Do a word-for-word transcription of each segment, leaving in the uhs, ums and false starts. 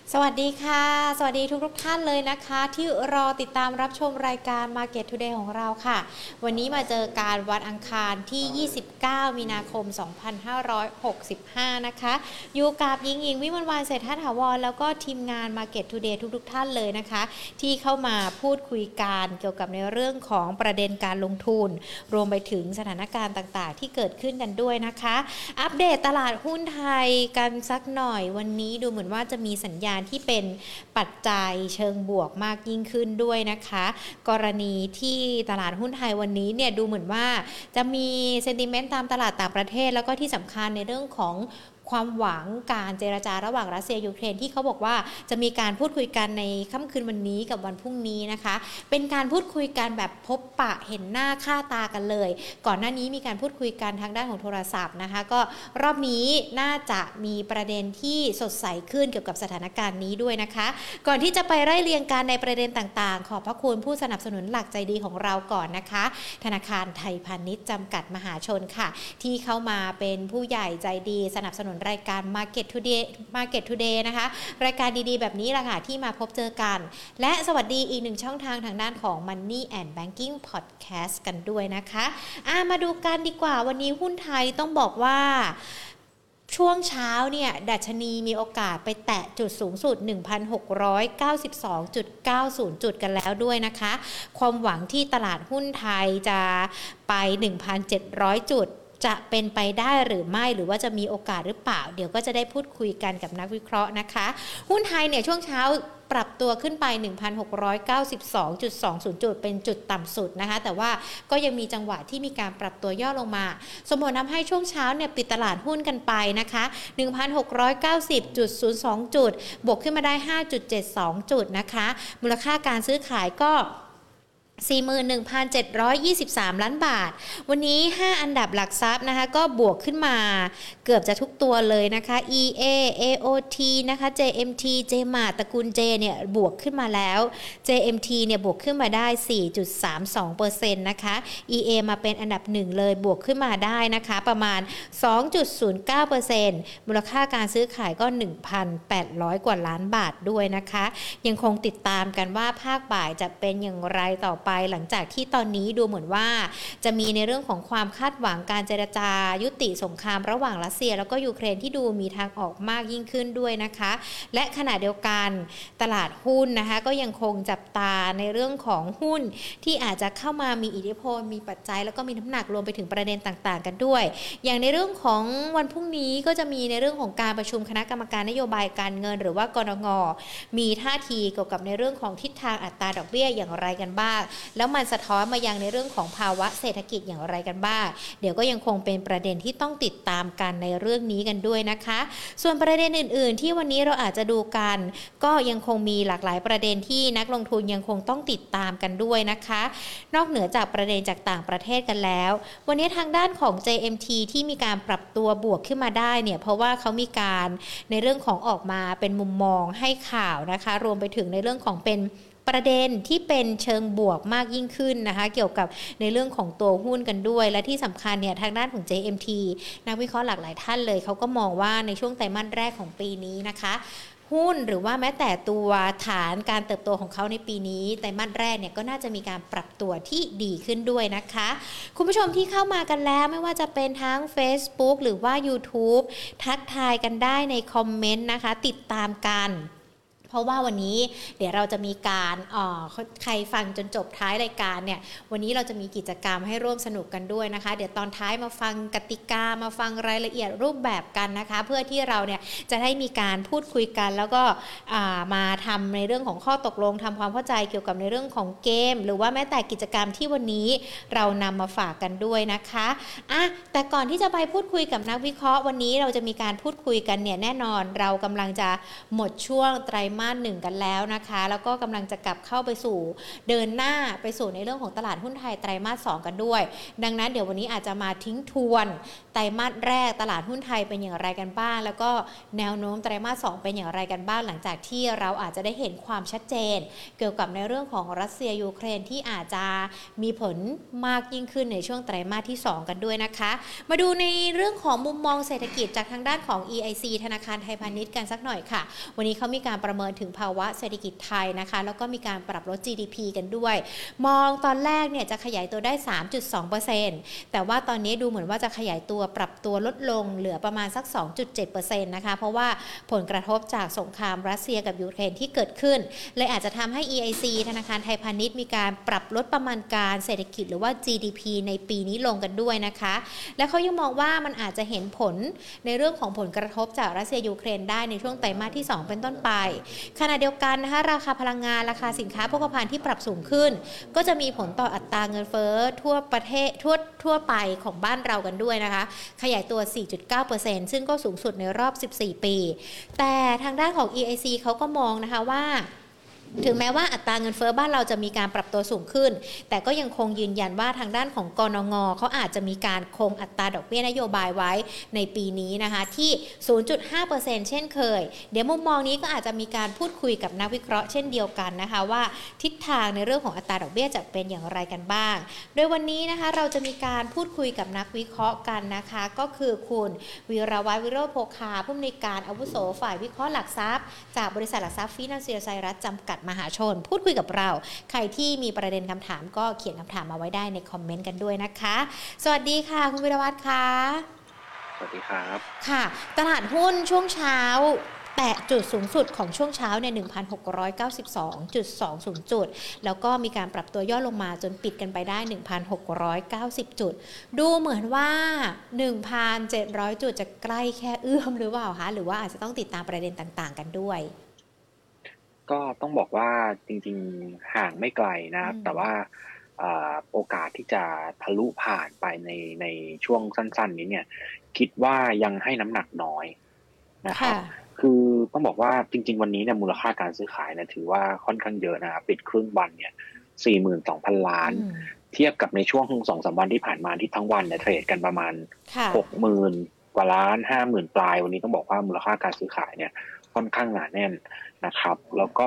สวัสดีค่ะสวัสดีทุกทุกท่านเลยนะคะที่รอติดตามรับชมรายการ Market Today ของเราค่ะวันนี้มาเจอการวันอังคารที่ ยี่สิบเก้า มีนาคม สองพันห้าร้อยหกสิบห้า นะคะอยู่กับหญิงหญิงวิมลวรรณเศรษฐถาวรแล้วก็ทีมงาน Market Today ทุกทุกท่านเลยนะคะที่เข้ามาพูดคุยกันเกี่ยวกับในเรื่องของประเด็นการลงทุนรวมไปถึงสถานการณ์ต่างๆที่เกิดขึ้นกันด้วยนะคะอัปเดตตลาดหุ้นไทยกันสักหน่อยวันนี้ดูเหมือนว่าจะมีสัญญาณที่เป็นปัจจัยเชิงบวกมากยิ่งขึ้นด้วยนะคะกรณีที่ตลาดหุ้นไทยวันนี้เนี่ยดูเหมือนว่าจะมีเซนติเมนต์ตามตลาดต่างประเทศแล้วก็ที่สำคัญในเรื่องของความหวังการเจรจาระหว่างรัสเซียยูเครนที่เขาบอกว่าจะมีการพูดคุยกันในค่ำคืนวันนี้กับวันพรุ่งนี้นะคะเป็นการพูดคุยกันแบบพบปะเห็นหน้าค่าตากันเลยก่อนหน้านี้มีการพูดคุยกันทางด้านของโทรศัพท์นะคะก็รอบนี้น่าจะมีประเด็นที่สดใสขึ้นเกี่ยวกับสถานการณ์นี้ด้วยนะคะก่อนที่จะไปไล่เรียงกันในประเด็นต่างๆขอบพระคุณผู้สนับสนุนหลักใจดีของเราก่อนนะคะธนาคารไทยพาณิชย์จำกัดมหาชนค่ะที่เข้ามาเป็นผู้ใหญ่ใจดีสนับสนุนรายการ Market Today Market Today นะคะรายการดีๆแบบนี้แหละค่ะที่มาพบเจอกันและสวัสดีอีกหนึ่งช่องทางทางด้านของ Money and Banking Podcast กันด้วยนะคะอ่ะมาดูกันดีกว่าวันนี้หุ้นไทยต้องบอกว่าช่วงเช้าเนี่ยดัชนีมีโอกาสไปแตะจุดสูงสุด หนึ่งพันหกร้อยเก้าสิบสองจุดเก้าศูนย์ จุดกันแล้วด้วยนะคะความหวังที่ตลาดหุ้นไทยจะไป หนึ่งพันเจ็ดร้อย จุดจะเป็นไปได้หรือไม่หรือว่าจะมีโอกาสหรือเปล่าเดี๋ยวก็จะได้พูดคุยกันกับนักวิเคราะห์นะคะหุ้นไทยเนี่ยช่วงเช้าปรับตัวขึ้นไป หนึ่งพันหกร้อยเก้าสิบสองจุดสองศูนย์ จุดเป็นจุดต่ำสุดนะคะแต่ว่าก็ยังมีจังหวะที่มีการปรับตัวย่อลงมาสมมติทำให้ช่วงเช้าเนี่ยปิดตลาดหุ้นกันไปนะคะ หนึ่งพันหกร้อยเก้าสิบจุดศูนย์สอง จุดบวกขึ้นมาได้ ห้าจุดเจ็ดสอง จุดนะคะมูลค่าการซื้อขายก็สี่หมื่นหนึ่งพันเจ็ดร้อยยี่สิบสาม ล้านบาทวันนี้ห้าอันดับหลักทรัพย์นะคะก็บวกขึ้นมาเกือบจะทุกตัวเลยนะคะ อี เอ เอ โอ ที นะคะ เจ เอ็ม ที J-Mart ตระกูล J เนี่ยบวกขึ้นมาแล้ว เจ เอ็ม ที เนี่ยบวกขึ้นมาได้ สี่จุดสามสองเปอร์เซ็นต์ นะคะ อี เอ มาเป็นอันดับหนึ่งเลยบวกขึ้นมาได้นะคะประมาณ สองจุดศูนย์เก้าเปอร์เซ็นต์ มูลค่าการซื้อขายก็ หนึ่งพันแปดร้อย กว่าล้านบาทด้วยนะคะยังคงติดตามกันว่าภาคบ่ายจะเป็นอย่างไรต่อไปหลังจากที่ตอนนี้ดูเหมือนว่าจะมีในเรื่องของความคาดหวังการเจรจายุติสงครามระหว่างรัสเซียแล้วก็ยูเครนที่ดูมีทางออกมากยิ่งขึ้นด้วยนะคะและขณะเดียวกันตลาดหุ้นนะคะก็ยังคงจับตาในเรื่องของหุ้นที่อาจจะเข้ามามีอิทธิพลมีปัจจัยแล้วก็มีน้ำหนักรวมไปถึงประเด็นต่างๆกันด้วยอย่างในเรื่องของวันพรุ่งนี้ก็จะมีในเรื่องของการประชุมคณะกรรมการนโยบายการเงินหรือว่ากนง.มีท่าทีเกี่ยวกับในเรื่องของทิศทางอัตราดอกเบี้ยอย่างไรกันบ้างแล้วมันสะท้อนมายังในเรื่องของภาวะเศรษฐกิจอย่างไรกันบ้างเดี๋ยวก็ยังคงเป็นประเด็นที่ต้องติดตามกันในเรื่องนี้กันด้วยนะคะส่วนประเด็นอื่นๆที่วันนี้เราอาจจะดูกันก็ยังคงมีหลากหลายประเด็นที่นักลงทุนยังคงต้องติดตามกันด้วยนะคะนอกเหนือจากประเด็นจากต่างประเทศกันแล้ววันนี้ทางด้านของ เจ เอ็ม ที ที่มีการปรับตัวบวกขึ้นมาได้เนี่ยเพราะว่าเขามีการในเรื่องของออกมาเป็นมุมมองให้ข่าวนะคะรวมไปถึงในเรื่องของเป็นประเด็นที่เป็นเชิงบวกมากยิ่งขึ้นนะคะเกี่ยวกับในเรื่องของตัวหุ้นกันด้วยและที่สำคัญเนี่ยทางด้านของ เจ เอ็ม ที นักวิเคราะห์หลากหลายท่านเลยเขาก็มองว่าในช่วงไตรมาสแรกของปีนี้นะคะหุ้นหรือว่าแม้แต่ตัวฐานการเติบโตของเขาในปีนี้ไตรมาสแรกเนี่ยก็น่าจะมีการปรับตัวที่ดีขึ้นด้วยนะคะคุณผู้ชมที่เข้ามากันแล้วไม่ว่าจะเป็นทั้ง Facebook หรือว่า YouTube ทักทายกันได้ในคอมเมนต์นะคะติดตามกันเพราะว่าวันนี้เดี๋ยวเราจะมีการเอ่อใครฟังจนจบท้ายรายการเนี่ยวันนี้เราจะมีกิจกรรมให้ร่วมสนุกกันด้วยนะคะเดี๋ยวตอนท้ายมาฟังกติกามาฟังรายละเอียดรูปแบบกันนะคะเพื่อที่เราเนี่ยจะได้มีการพูดคุยกันแล้วก็มาทำในเรื่องของข้อตกลงทำความเข้าใจเกี่ยวกับในเรื่องของเกมหรือว่าแม้แต่กิจกรรมที่วันนี้เรานำมาฝากกันด้วยนะคะอ่ะแต่ก่อนที่จะไปพูดคุยกับนักวิเคราะห์วันนี้เราจะมีการพูดคุยกันเนี่ยแน่นอนเรากำลังจะหมดช่วงไตรมาสหนึ่งกันแล้วนะคะแล้วก็กำลังจะกลับเข้าไปสู่เดินหน้าไปสู่ในเรื่องของตลาดหุ้นไทยไตรมาสสองกันด้วยดังนั้นเดี๋ยววันนี้อาจจะมาทิ้งทวนไตรมาสแรกตลาดหุ้นไทยเป็นอย่างไรกันบ้างแล้วก็แนวโน้มไตรมาสสองเป็นอย่างไรกันบ้างหลังจากที่เราอาจจะได้เห็นความชัดเจนเกี่ยวกับในเรื่องของรัสเซียยูเครนที่อาจจะมีผลมากยิ่งขึ้นในช่วงไตรมาสที่สองกันด้วยนะคะมาดูในเรื่องของมุมมองเศรษฐกิจจากทางด้านของ อี ไอ ซี ธนาคารไทยพาณิชย์กันสักหน่อยค่ะวันนี้เขามีการประเมินถึงภาวะเศรษฐกิจไทยนะคะแล้วก็มีการปรับลด จี ดี พี กันด้วยมองตอนแรกเนี่ยจะขยายตัวได้ สามจุดสองเปอร์เซ็นต์ แต่ว่าตอนนี้ดูเหมือนว่าจะขยายตัวปรับตัวลดลงเหลือประมาณสัก สองจุดเจ็ดเปอร์เซ็นต์ นะคะเพราะว่าผลกระทบจากสงครามรัสเซียกับยูเครนที่เกิดขึ้นเลยอาจจะทำให้ อี ไอ ซี ธนาคารไทยพาณิชย์มีการปรับลดประมาณการเศรษฐกิจหรือว่า จี ดี พี ในปีนี้ลงกันด้วยนะคะและเขายังมองว่ามันอาจจะเห็นผลในเรื่องของผลกระทบจากรัสเซียยูเครนได้ในช่วงไตรมาสที่สองเป็นต้นไปขณะเดียวกันนะคะราคาพลังงานราคาสินค้าโภคภัณฑ์ที่ปรับสูงขึ้นก็จะมีผลต่ออัตราเงินเฟ้อทั่วประเทศทั่วทั่วไปของบ้านเรากันด้วยนะคะขยายตัว สี่จุดเก้าเปอร์เซ็นต์ ซึ่งก็สูงสุดในรอบสิบสี่ปีแต่ทางด้านของ อี ไอ ซี เขาก็มองนะคะว่าถึงแม้ว่าอัตราเงินเฟ้อบ้านเราจะมีการปรับตัวสูงขึ้นแต่ก็ยังคงยืนยันว่าทางด้านของกนง.เขาอาจจะมีการคงอัตราดอกเบี้ยนโยบายไว้ในปีนี้นะคะที่ ศูนย์จุดห้าเปอร์เซ็นต์ เช่นเคยเดี๋ยวมุมมองนี้ก็อาจจะมีการพูดคุยกับนักวิเคราะห์เช่นเดียวกันนะคะว่าทิศทางในเรื่องของอัตราดอกเบี้ยจะเป็นอย่างไรกันบ้างโดยวันนี้นะคะเราจะมีการพูดคุยกับนักวิเคราะห์กันนะคะก็คือคุณวีรวัฒน์ วิโรจน์โภคาผู้อำนวยการอาวุโสฝ่ายวิเคราะห์หลักทรัพย์จากบริษัทหลักทรัพย์ฟินันเซียไซรัสจำกัดมหาชนพูดคุยกับเราใครที่มีประเด็นคำถามก็เขียนคำถามมาไว้ได้ในคอมเมนต์กันด้วยนะคะสวัสดีค่ะคุณวิรวัฒน์ค่ะสวัสดีครับค่ะตลาดหุ้นช่วงเช้าแตะจุดสูงสุดของช่วงเช้าใน หนึ่งพันหกร้อยเก้าสิบสองจุดสองศูนย์ จุดแล้วก็มีการปรับตัวย่อลงมาจนปิดกันไปได้ หนึ่งพันหกร้อยเก้าสิบ จุดดูเหมือนว่า หนึ่งพันเจ็ดร้อย จุดจะใกล้แค่เอื้อมหรือเปล่าคะหรือว่าอาจจะต้องติดตามประเด็นต่างๆกันด้วยก็ต้องบอกว่าจริงๆห่างไม่ไกลนะครับแต่ว่าโอกาสที่จะทะลุผ่านไปในในช่วงสั้นๆนี้เนี่ยคิดว่ายังให้น้ำหนักน้อยนะครับคือต้องบอกว่าจริงๆวันนี้เนี่ยมูลค่าการซื้อขายเนี่ยถือว่าค่อนข้างเยอะนะครับปิดครึ่งวันเนี่ย สี่หมื่นสองพัน ล้านเทียบกับในช่วง สองถึงสาม วันที่ผ่านมาที่ทั้งวันเนี่ยเทรดกันประมาณ หกหมื่น กว่าล้าน ห้าหมื่น ปลายวันนี้ต้องบอกว่ามูลค่าการซื้อขายเนี่ยค่อนข้างหนาแน่นนะครับแล้วก็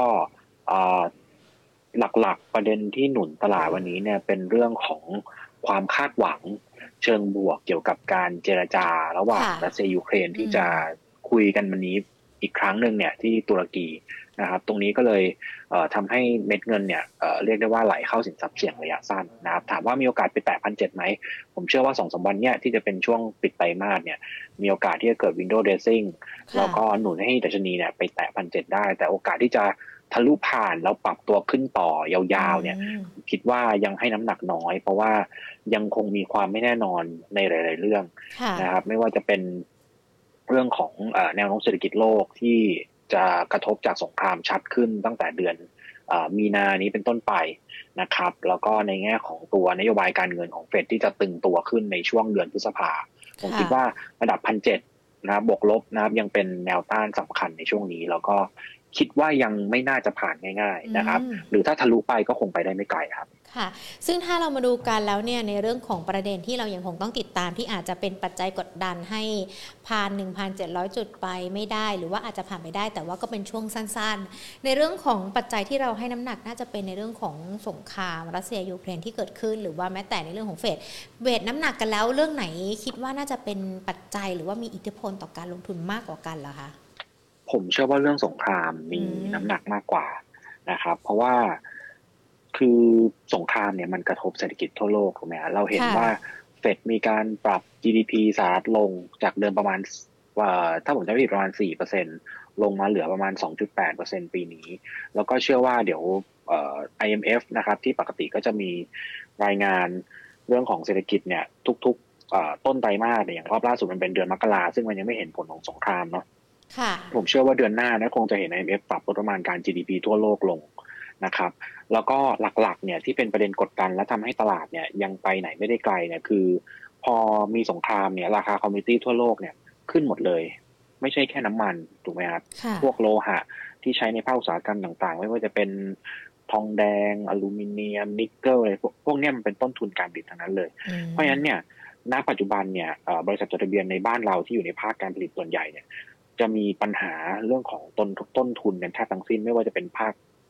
หลักๆประเด็นที่หนุนตลาดวันนี้เนี่ยเป็นเรื่องของความคาดหวังเชิงบวกเกี่ยวกับการเจรจาระหว่างรัสเซียยูเครนที่จะคุยกันวันนี้อีกครั้งหนึ่งเนี่ยที่ตุรกีนะครับตรงนี้ก็เลยเอ่อทำให้เม็ดเงินเนี่ยเอ่อเรียกได้ว่าไหลเข้าสินทรัพย์เสี่ยงระยะสั้นนะครับถามว่ามีโอกาสไปแตะ หนึ่งพันเจ็ดร้อย ไหมผมเชื่อว่า สองถึงสาม วันเนี่ยที่จะเป็นช่วงปิดไตรมาสเนี่ยมีโอกาสที่จะเกิด window dressing แล้วก็หนุนให้ดัชนีเนี่ยไปแตะ หนึ่งพันเจ็ดร้อย ได้แต่โอกาสที่จะทะลุผ่านแล้วปรับตัวขึ้นต่อยาวๆเนี่ยคิดว่ายังให้น้ำหนักน้อยเพราะว่ายังคงมีความไม่แน่นอนในหลายๆเรื่องนะครับไม่ว่าจะเป็นเรื่องของเอ่อแนวโน้มเศรษฐกิจโลกที่จะกระทบจากสงครามชัดขึ้นตั้งแต่เดือนเอ่อมีนานี้เป็นต้นไปนะครับแล้วก็ในแง่ของตัวนโยบายการเงินของเฟดที่จะตึงตัวขึ้นในช่วงเดือนพฤษภาผมคิดว่าระดับ หนึ่งพันเจ็ดร้อย นะบวกลบนะครับยังเป็นแนวต้านสำคัญในช่วงนี้แล้วก็คิดว่ายังไม่น่าจะผ่านง่ายๆนะครับหรือถ้าทะลุไปก็คงไปได้ไม่ไกลครับค่ะซึ่งถ้าเรามาดูกันแล้วเนี่ยในเรื่องของประเด็นที่เรายังคงต้องติดตามที่อาจจะเป็นปัจจัยกดดันให้ผ่าน หนึ่งพันเจ็ดร้อย จุดไปไม่ได้หรือว่าอาจจะผ่านไปได้แต่ว่าก็เป็นช่วงสั้นๆในเรื่องของปัจจัยที่เราให้น้ำหนักน่าจะเป็นในเรื่องของสงครามรัสเซียยูเครนที่เกิดขึ้นหรือว่าแม้แต่ในเรื่องของเฟดเวทน้ำหนักกันแล้วเรื่องไหนคิดว่าน่าจะเป็นปัจจัยหรือว่ามีอิทธิพลต่อการลงทุนมากกว่ากันเหรอคะผมเชื่อว่าเรื่องสงครามมีน้ำหนักมากกว่านะครับเพราะว่าคือสงครามเนี่ยมันกระทบเศรษฐกิจทั่วโลกถูกไหมฮะเราเห็นว่าเฟดมีการปรับ จี ดี พี สหรัฐลงจากเดิมประมาณว่าถ้าผมจำไม่ผิดประมาณ สี่เปอร์เซ็นต์ ลงมาเหลือประมาณ สองจุดแปดเปอร์เซ็นต์ ปีนี้แล้วก็เชื่อว่าเดี๋ยวเอ่อ ไอ เอ็ม เอฟ นะครับที่ปกติก็จะมีรายงานเรื่องของเศรษฐกิจเนี่ยทุกๆต้นไตรมาสอย่างรอบล่าสุดมันเป็นเดือนมกราซึ่งมันยังไม่เห็นผลของสงครามเนาะผมเชื่อว่าเดือนหน้านะคงจะเห็น ไอ เอ็ม เอฟ ปรับลดประมาณการ จี ดี พี ทั่วโลกลงนะครับแล้วก็หลักๆเนี่ยที่เป็นประเด็นกดดันและทำให้ตลาดเนี่ยยังไปไหนไม่ได้ไกลเนี่ยคือพอมีสงครามเนี่ยราคาคอมมูนิตี้ทั่วโลกเนี่ยขึ้นหมดเลยไม่ใช่แค่น้ำมันถูกไหมครับพวกโลหะที่ใช้ในภาคอุตสาหกรรมต่างๆไม่ว่าจะเป็นทองแดงอลูมิเนียมนิกเกิลอะไรพวกพวกนี้มันเป็นต้นทุนการผลิตทั้งนั้นเลยเพราะฉะนั้นเนี่ยณปัจจุบันเนี่ยบริษัทจดทะเบียนในบ้านเราที่อยู่ในภาคการผลิตส่วนใหญ่เนี่ยจะมีปัญหาเรื่องของต้นต้นทุนกันแทบทั้งสิ้นไม่ว่าจะเป็นภาค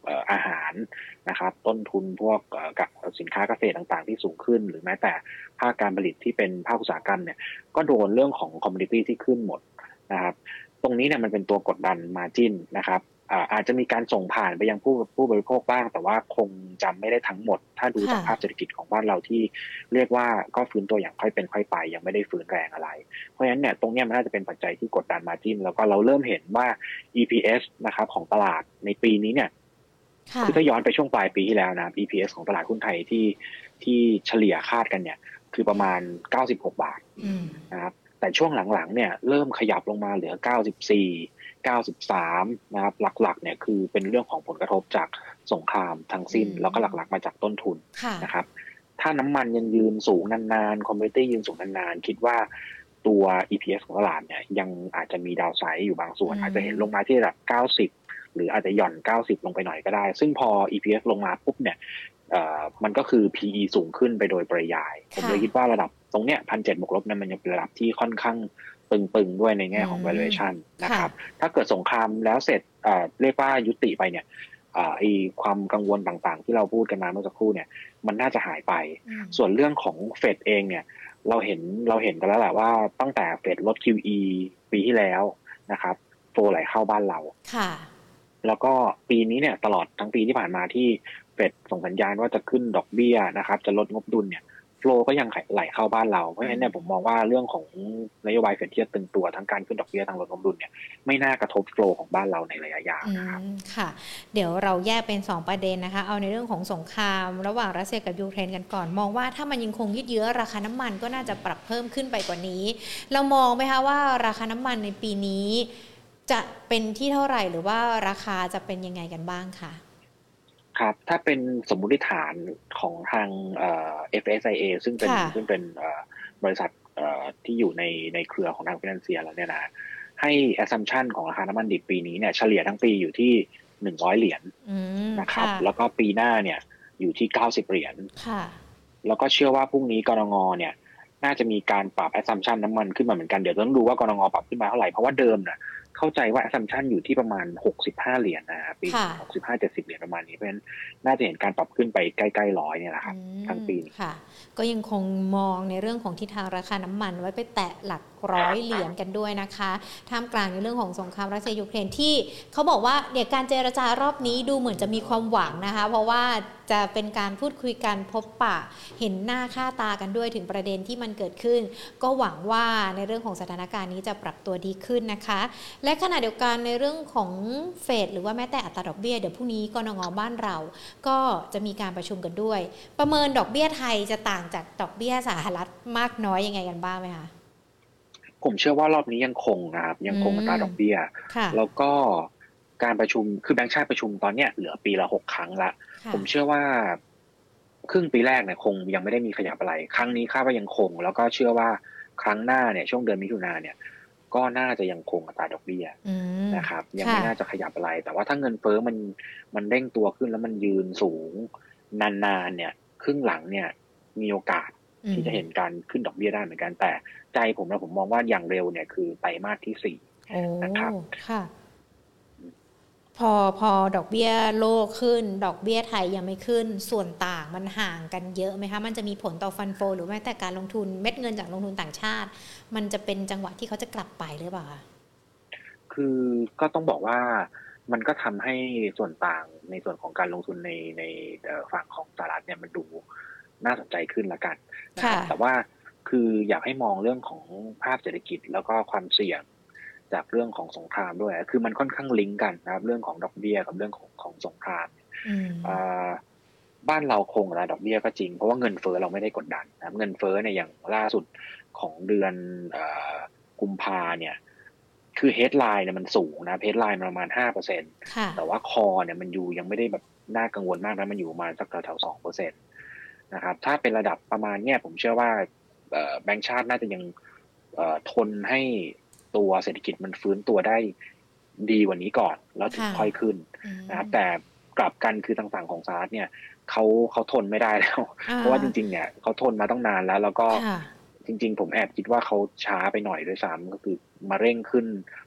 อาหารนะครับต้นทุนพวกสินค้าเกษตรต่างๆที่สูงขึ้นหรือแม้แต่ภาคการผลิตที่เป็นภาคอุตสาหกรรมเนี่ยก็โดนเรื่องของคอมมูนิตี้ที่ขึ้นหมดนะครับตรงนี้เนี่ยมันเป็นตัวกดดันมาร์จิ้นนะครับอาจจะมีการส่งผ่านไปยังผู้ผู้บริโภคบ้างแต่ว่าคงจำไม่ได้ทั้งหมดถ้าดูจากภาพเศรษฐกิจของบ้านเราที่เรียกว่าก็ฟื้นตัวอย่างค่อยเป็นค่อยไปยังไม่ได้ฟื้นแรงอะไรเพราะฉะนั้นเนี่ยตรงนี้มันน่าจะเป็นปัจจัยที่กดดันมาร์จิ้นแล้วก็เราเริ่มเห็นว่า อี พี เอส นะครับของตลาดในปีนี้เนี่ยคือถ้าย้อนไปช่วงปลายปีที่แล้วนะ อี พี เอส ของตลาดหุ้นไทยที่ที่เฉลี่ยคาดกันเนี่ยคือประมาณเก้าสิบหกบาทนะครับแต่ช่วงหลังๆเนี่ยเริ่มขยับลงมาเหลือเก้าสิบสี่เก้าสิบสามนะครับหลักๆเนี่ยคือเป็นเรื่องของผลกระทบจากสงครามทั้งสิ้นแล้วก็หลักๆมาจากต้นทุนนะครับถ้าน้ำมันยังยืนสูงนานๆคอมมูนิตี้ยืนสูงนานๆคิดว่าตัว อี พี เอส ของตลาดเนี่ยยังอาจจะมีดาวไซด์อยู่บางส่วนอาจจะเห็นลงมาที่ระดับเก้าสิบหรืออาจจะหย่อนเก้าสิบลงไปหน่อยก็ได้ซึ่งพอ อี พี เอส ลงมาปุ๊บเนี่ยเอ่อมันก็คือ พี อี สูงขึ้นไปโดยปริยายผมเลยคิดว่าระดับตรงเนี้ย หนึ่งพันเจ็ดร้อย บวกลบเนี่ยมันยังเป็นระดับที่ค่อนข้างตึงๆด้วยในแง่ของ valuation นะครับถ้าเกิดสงครามแล้วเสร็จเอ่อเรียกว่ายุติไปเนี่ยเอ่อไอ้ความกังวลต่างๆที่เราพูดกันมาเมื่อสักครู่เนี่ยมันน่าจะหายไปส่วนเรื่องของเฟดเองเนี่ยเราเห็นเราเห็นกันแล้วแหละว่าตั้งแต่เฟดลด คิว อี ปีที่แล้วนะครับโฟลว์ไหลเข้าบ้านเราค่ะแล้วก็ปีนี้เนี่ยตลอดทั้งปีที่ผ่านมาที่เฟดส่งสัญญาณว่าจะขึ้นดอกเบี้ยนะครับจะลดงบดุลเนี่ยโฟลว์ก็ยังไหลเข้าบ้านเราเพราะฉะนั้นเนี่ยผมมองว่าเรื่องของนโยบายเฟดที่จะตึงตัวทั้งการขึ้นดอกเบี้ยทั้งลดงบดุลเนี่ยไม่น่ากระทบโฟลว์ของบ้านเราในระยะยาวนะครับค่ะเดี๋ยวเราแยกเป็นสองประเด็นนะคะเอาในเรื่องของสงครามระหว่างรัสเซียกับยูเครนกันก่อนมองว่าถ้ามันยังคงยืดเยื้อราคาน้ำมันก็น่าจะปรับเพิ่มขึ้นไปกว่านี้เรามองไหมคะว่าราคาน้ำมันในปีนี้จะเป็นที่เท่าไหร่หรือว่าราคาจะเป็นยังไงกันบ้างคะครับถ้าเป็นสมมุติฐานของทางเอ่อ เอฟ เอส ไอ เอ ซึ่งเป็นซึ่งเป็นบริษัทที่อยู่ในในเครือของทาง Financial แล้วเนี่ยนะให้ assumption ของราคาน้ำมันดิบปีนี้เนี่ยเฉลี่ยทั้งปีอยู่ที่หนึ่งร้อยเหรียญนะครับแล้วก็ปีหน้าเนี่ยอยู่ที่เก้าสิบเหรียญแล้วก็เชื่อว่าพรุ่งนี้กนง.เนี่ยน่าจะมีการปรับ assumption น้ำมันขึ้นมาเหมือนกันเดี๋ยวต้องดูว่ากนง.ปรับขึ้นมาเท่าไหร่เพราะว่าเดิมน่ะเข้าใจว่า assumption อยู่ที่ประมาณหกสิบห้าเหรียญนะปีหกสิบห้า เจ็ดสิบเหรียญประมาณนี้เพราะฉะนั้นน่าจะเห็นการปรับขึ้นไปใกล้ๆร้อยเนี่ยแหละครับทั้งปีค่ะก็ยังคงมองในเรื่องของทิศทางราคาน้ำมันไว้ไปแตะหลักร้อยเหรียญกันด้วยนะคะท่ามกลางในเรื่องของสงครามรัสเซียยูเครนที่เขาบอกว่าเดี๋ยวการเจรจารอบนี้ดูเหมือนจะมีความหวังนะคะเพราะว่าจะเป็นการพูดคุยกันพบปะเห็นหน้าค่าตากันด้วยถึงประเด็นที่มันเกิดขึ้นก็หวังว่าในเรื่องของสถานการณ์นี้จะปรับตัวดีขึ้นนะคะและขณะเดียวกันในเรื่องของเฟดหรือว่าแม้แต่อัตราดอกเบี้ยเดี๋ยวพรุ่งนี้กนง.บ้านเราก็จะมีการประชุมกันด้วยประเมินดอกเบี้ยไทยจะต่างจากดอกเบี้ยสหรัฐมากน้อยยังไงกันบ้างไหมคะผมเชื่อว่ารอบนี้ยังคงนะครับยังคงอัตราดอกเบี้ยแล้วก็การประชุมคือแบงก์ชาติประชุมตอนเนี้ยเหลือปีละหกครั้งละผมเชื่อว่าครึ่งปีแรกเนี่ยคงยังไม่ได้มีขยับอะไรครั้งนี้คาดว่ายังคงแล้วก็เชื่อว่าครั้งหน้าเนี่ยช่วงเดือนมิถุนายนเนี่ยก็น่าจะยังคงอัตราดอกเบี้ยนะครับยังไม่น่าจะขยับอะไรแต่ว่าถ้าเงินเฟ้อมันมันเร่งตัวขึ้นแล้วมันยืนสูงนานๆเนี่ยครึ่งหลังเนี่ยมีโอกาสที่จะเห็นการขึ้นดอกเบี้ยได้เหมือนกันแต่ใจผมนะผมมองว่าอย่างเร็วเนี่ยคือไตรมาสที่สี่นะครับค่ะพอพอดอกเบี้ยโลกขึ้นดอกเบี้ยไทยยังไม่ขึ้นส่วนต่างมันห่างกันเยอะไหมคะมันจะมีผลต่อฟันโฟหรือแม้แต่การลงทุนเม็ดเงินจากลงทุนต่างชาติมันจะเป็นจังหวะที่เขาจะกลับไปหรือเปล่าคือก็ต้องบอกว่ามันก็ทำให้ส่วนต่างในส่วนของการลงทุนในในฝั่งของสหรัฐเนี่ยมันดูน่าสนใจขึ้นละกันนะครับแต่ว่าคืออยากให้มองเรื่องของภาพเศรษฐกิจแล้วก็ความเสี่ยงจากเรื่องของสงครามด้วยคือมันค่อนข้างลิงก์กันนะครับเรื่องของดอกเบี้ยกับเรื่องของของสงครามบ้านเราคงระดับดอกเบี้ยก็จริงเพราะว่าเงินเฟ้อเราไม่ได้กดดันนะเงินเฟ้อเนี่ยอย่างล่าสุดของเดือนกุมภาเนี่ยคือเฮดไลน์เนี่ยมันสูงนะเฮดไลน์ประมาณ ห้าเปอร์เซ็นต์ แต่ว่าคอเนี่ยมันอยู่ยังไม่ได้แบบน่ากังวลมากนะมันอยู่ประมาณสักแถวๆ สองเปอร์เซ็นต์ นะครับถ้าเป็นระดับประมาณเนี้ยผมเชื่อว่าแบงก์ชาติน่าจะยังทนให้ตัวเศรษฐกิจมันฟื้นตัวได้ดีกว่านี้ก่อนแล้วถึงค่อยขึ้นนะครับแต่กลับกันคือทางฝั่งของสหรัฐเนี่ยเขาเขาทนไม่ได้แล้วเพราะว่าจริงๆเนี่ยเขาทนมาตั้งนานแล้วแล้วก็จริงๆผมแอบคิดว่าเขาช้าไปหน่อยด้วยซ้ำก็คือมาเร่งขึ้น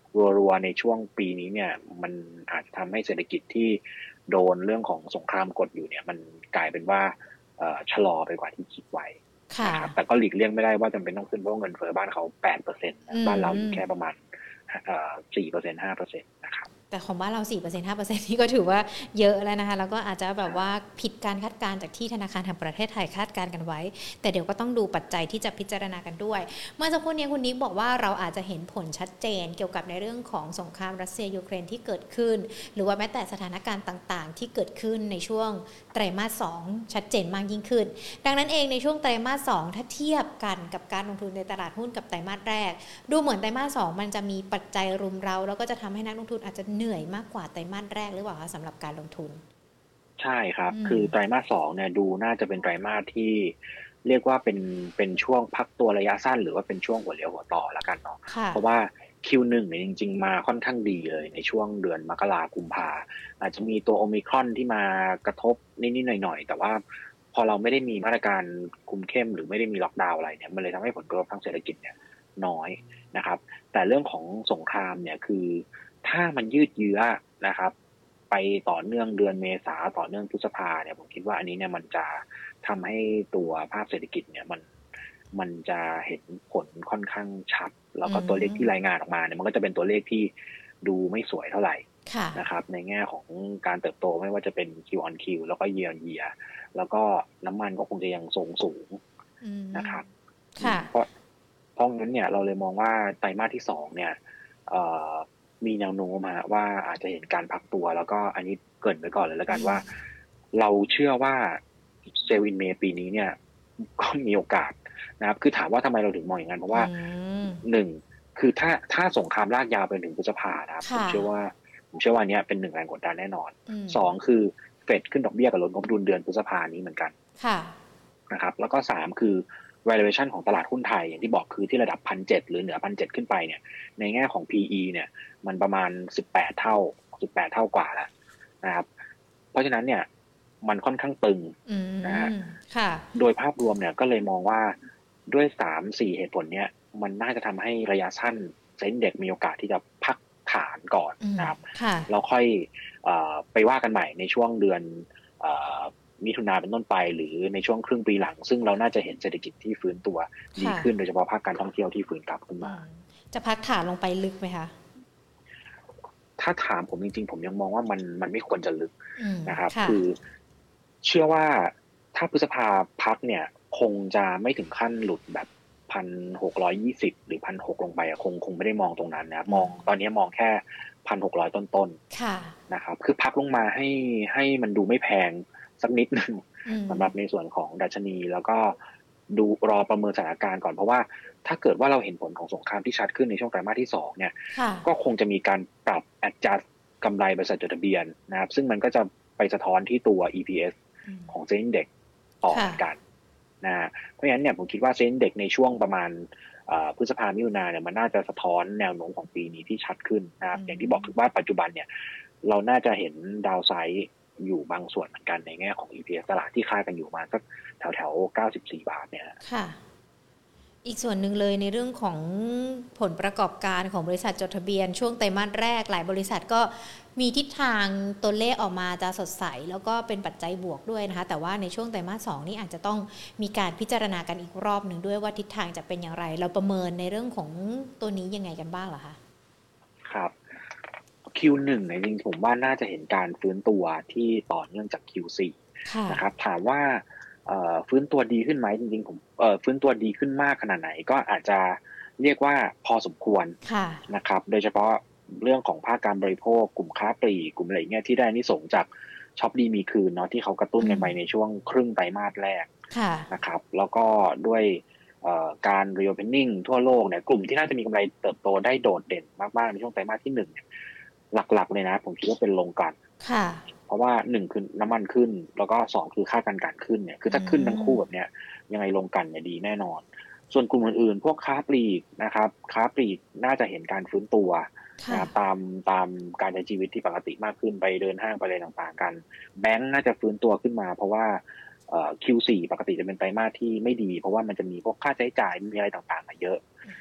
รัวๆในช่วงปีนี้เนี่ยมันอาจจะทำให้เศรษฐกิจที่โดนเรื่องของสงครามกดอยู่เนี่ยมันกลายเป็นว่าชะลอไปกว่าที่คิดไว้นะครับแต่ก็หลีกเลี่ยงไม่ได้ว่าจำเป็นต้องขึ้นเพราะเงินเฟ้อบ้านเขาแปดเปอร์เซ็นต์บ้านเราอยู่แค่ประมาณสี่เปอร์เซ็นต์ห้าเปอร์เซ็นต์นะครับแต่ของบ้านเรา สี่เปอร์เซ็นต์ ห้าเปอร์เซ็นต์ นี่ก็ถือว่าเยอะแล้วนะคะแล้วก็อาจจะแบบว่าผิดการคาดการณ์จากที่ธนาคารแห่งประเทศไทยคาดการณ์กันไว้แต่เดี๋ยวก็ต้องดูปัจจัยที่จะพิจารณากันด้วยเมื่อสักครู่นี้คุณนิกบอกว่าเราอาจจะเห็นผลชัดเจนเกี่ยวกับในเรื่องของสงครามรัสเซียยูเครนที่เกิดขึ้นหรือว่าแม้แต่สถานการณ์ต่างๆที่เกิดขึ้นในช่วงไตรมาสสองชัดเจนมากยิ่งขึ้นดังนั้นเองในช่วงไตรมาสสองถ้าเทียบกันกับการลงทุนในตลาดหุ้นกับไตรมาสแรกดูเหมือนไตรมาสสองมันจะมีปัจจัยรุมเร้าแล้วก็จะทำให้นักลงทุนอาจจะเหนื่อยมากกว่าไตรมาสแรกหรือเปล่าคะสำหรับการลงทุนใช่ครับคือไตรมาสสองเนี่ยดูน่าจะเป็นไตรมาสที่เรียกว่าเป็นเป็นช่วงพักตัวระยะสั้นหรือว่าเป็นช่วงหัวเลี้ยวหัวต่อแล้วกันเนาะเพราะว่า คิว หนึ่ง เนี่ยจริงๆมาค่อนข้างดีเลยในช่วงเดือนมกราคมกุมภาอาจจะมีตัวโอมิครอนที่มากระทบนิดๆหน่อยๆแต่ว่าพอเราไม่ได้มีมาตรการคุมเข้มหรือไม่ได้มีล็อกดาวน์อะไรเนี่ยมันเลยทำให้ผลกระทบทางเศรษฐกิจเนี่ยน้อยนะครับแต่เรื่องของสงครามเนี่ยคือถ้ามันยืดเยื้อนะครับไปต่อเนื่องเดือนเมษาต่อเนื่องพฤษภาเนี่ยผมคิดว่าอันนี้เนี่ยมันจะทำให้ตัวภาพเศรษฐกิจเนี่ยมันมันจะเห็นผลค่อนข้างชัดแล้วก็ตัวเลขที่รายงานออกมาเนี่ยมันก็จะเป็นตัวเลขที่ดูไม่สวยเท่าไหร่นะครับในแง่ของการเติบโตไม่ว่าจะเป็น Q on Q แล้วก็ Year on Year แล้วก็น้ำมันก็คงจะยังทรงสูงนะครับเพราะเพราะงั้นเนี่ยเราเลยมองว่าไตรมาสที่สองเนี่ยมีแนวโน้มว่าอาจจะเห็นการพักตัวแล้วก็อันนี้เกริ่นไว้ก่อนเลยแล้วกันว่าเราเชื่อว่าเซลล์อินเมย์ปีนี้เนี่ยก็มีโอกาสนะครับคือถามว่าทำไมเราถึงมองอย่างนั้นเพราะว่าหนึ่งคือถ้าถ้าสงครามลากยาวไปถึงพฤษภานะครับผมเชื่อว่าผมเชื่อว่านี้เป็นหนึ่งแรงกดดันแน่นอนสองคือเฟดขึ้นดอกเบี้ยกับลดงบดุลเดือนพฤษภานี้เหมือนกันนะครับแล้วก็สามคือ valuation ของตลาดหุ้นไทยอย่างที่บอกคือที่ระดับ หนึ่งพันเจ็ดร้อย หรือเหนือ หนึ่งพันเจ็ดร้อย ขึ้นไปเนี่ยในแง่ของ พี อี เนี่ยมันประมาณสิบแปดเท่าสิบแปดเท่ากว่าแล้วนะครับเพราะฉะนั้นเนี่ยมันค่อนข้างตึงนะฮะโดยภาพรวมเนี่ยก็เลยมองว่าด้วย สามสี่ เหตุผลเนี่ยมันน่าจะทำให้ระยะสั้นเซ็นเด็กมีโอกาสที่จะพักฐานก่อนนะครับแล้วค่อยไปว่ากันใหม่ในช่วงเดือนมิถุนาเป็นต้นไปหรือในช่วงครึ่งปีหลังซึ่งเราน่าจะเห็นเศรษฐกิจที่ฟื้นตัวดีขึ้นโดยเฉพาะภาคการท่องเที่ยวที่ฟื้นกลับขึ้นมาจะพักฐานลงไปลึกไหมคะถ้าถามผมจริงๆผมยังมองว่ามันมันไม่ควรจะลึกนะครับคือเชื่อว่าถ้าพฤษภาพักเนี่ยคงจะไม่ถึงขั้นหลุดแบบพันหกร้อยยี่สิบหรือพันหกลงไปคงคงไม่ได้มองตรงนั้นนะมองตอนนี้มองแค่พันหกร้อยต้นๆนะครับคือพักลงมาให้ให้มันดูไม่แพงสักนิดนึงสำหรับในส่วนของดัชนีแล้วก็ดูรอประเมินสถานการณ์ก่อนเพราะว่าถ้าเกิดว่าเราเห็นผลของสงครามที่ชัดขึ้นในช่วงไตรมาสที่สองเนี่ยก็คงจะมีการปรับ adjust กำไรบริษัทจดทะเบียนนะครับซึ่งมันก็จะไปสะท้อนที่ตัว อี พี เอส ของ Zen Index ต่อเหมือนกันนะเพราะฉะนั้นเนี่ยผมคิดว่า Zen Index ในช่วงประมาณพฤษภาคมมิถุนายนเนี่ยมันน่าจะสะท้อนแนวโน้มของปีนี้ที่ชัดขึ้นนะครับอย่างที่บอกคือว่าปัจจุบันเนี่ยเราน่าจะเห็นดาวไซด์อยู่บางส่วนเหมือนกันในแง่ของ อี พี เอส ตลาดที่คาดกันอยู่มาสักแถวๆเก้าสิบสี่บาทเนี่ยค่ะอีกส่วนหนึ่งเลยในเรื่องของผลประกอบการของบริษัทจดทะเบียนช่วงไตรมาสแรกหลายบริษัทก็มีทิศทางตัวเลขออกมาจะสดใสแล้วก็เป็นปัจจัยบวกด้วยนะคะแต่ว่าในช่วงไตรมาสสองนี่อาจจะต้องมีการพิจารณากันอีกรอบหนึ่งด้วยว่าทิศทางจะเป็นอย่างไรเราประเมินในเรื่องของตัวนี้ยังไงกันบ้างเหรอคะครับ คิว หนึ่ง เนี่ยจริงๆผมว่าน่าจะเห็นการฟื้นตัวที่ต่อเนื่องจาก คิว สี่ นะครับถามว่าฟื้นตัวดีขึ้นไหมจริงๆผมฟื้นตัวดีขึ้นมากขนาดไหนก็อาจจะเรียกว่าพอสมควรนะครับโดยเฉพาะเรื่องของภาคการบริโภคกลุ่มค้าปลีกกลุ่มอะไรเงี้ยที่ได้อานิสงส์จากช็อปดีมีคืนเนาะที่เขากระตุ้นกันไปในช่วงครึ่งไตรมาสแรกนะครับแล้วก็ด้วยการ reopening ทั่วโลกเนี่ยกลุ่มที่น่าจะมีกำไรเติบโตได้โดดเด่นมากๆในช่วงไตรมาสที่หนึ่งเนี่ยหลักๆเลยนะผมคิดว่าเป็นโรงกลั่นเพราะว่าหนึ่งคือน้ำมันขึ้นแล้วก็สองคือค่าการกันขึ้นเนี่ยคือถ้าขึ้นทั้งคู่แบบเนี้ยยังไงโรงกลั่นเนี่ยดีแน่นอนส่วนกลุ่มอื่นๆพวกค้าปลีกนะครับค้าปลีกน่าจะเห็นการฟื้นตัวนะครับตามตามการใช้ชีวิตที่ปกติมากขึ้นไปเดินห้างไปอะไรต่างๆกันแบงก์น่าจะฟื้นตัวขึ้นมาเพราะว่าเอ่อ คิว สี่ ปกติจะเป็นไตรมาสที่ไม่ดีเพราะว่ามันจะมีพวกค่าใช้จ่ายมีอะไรต่างๆมาเยอะ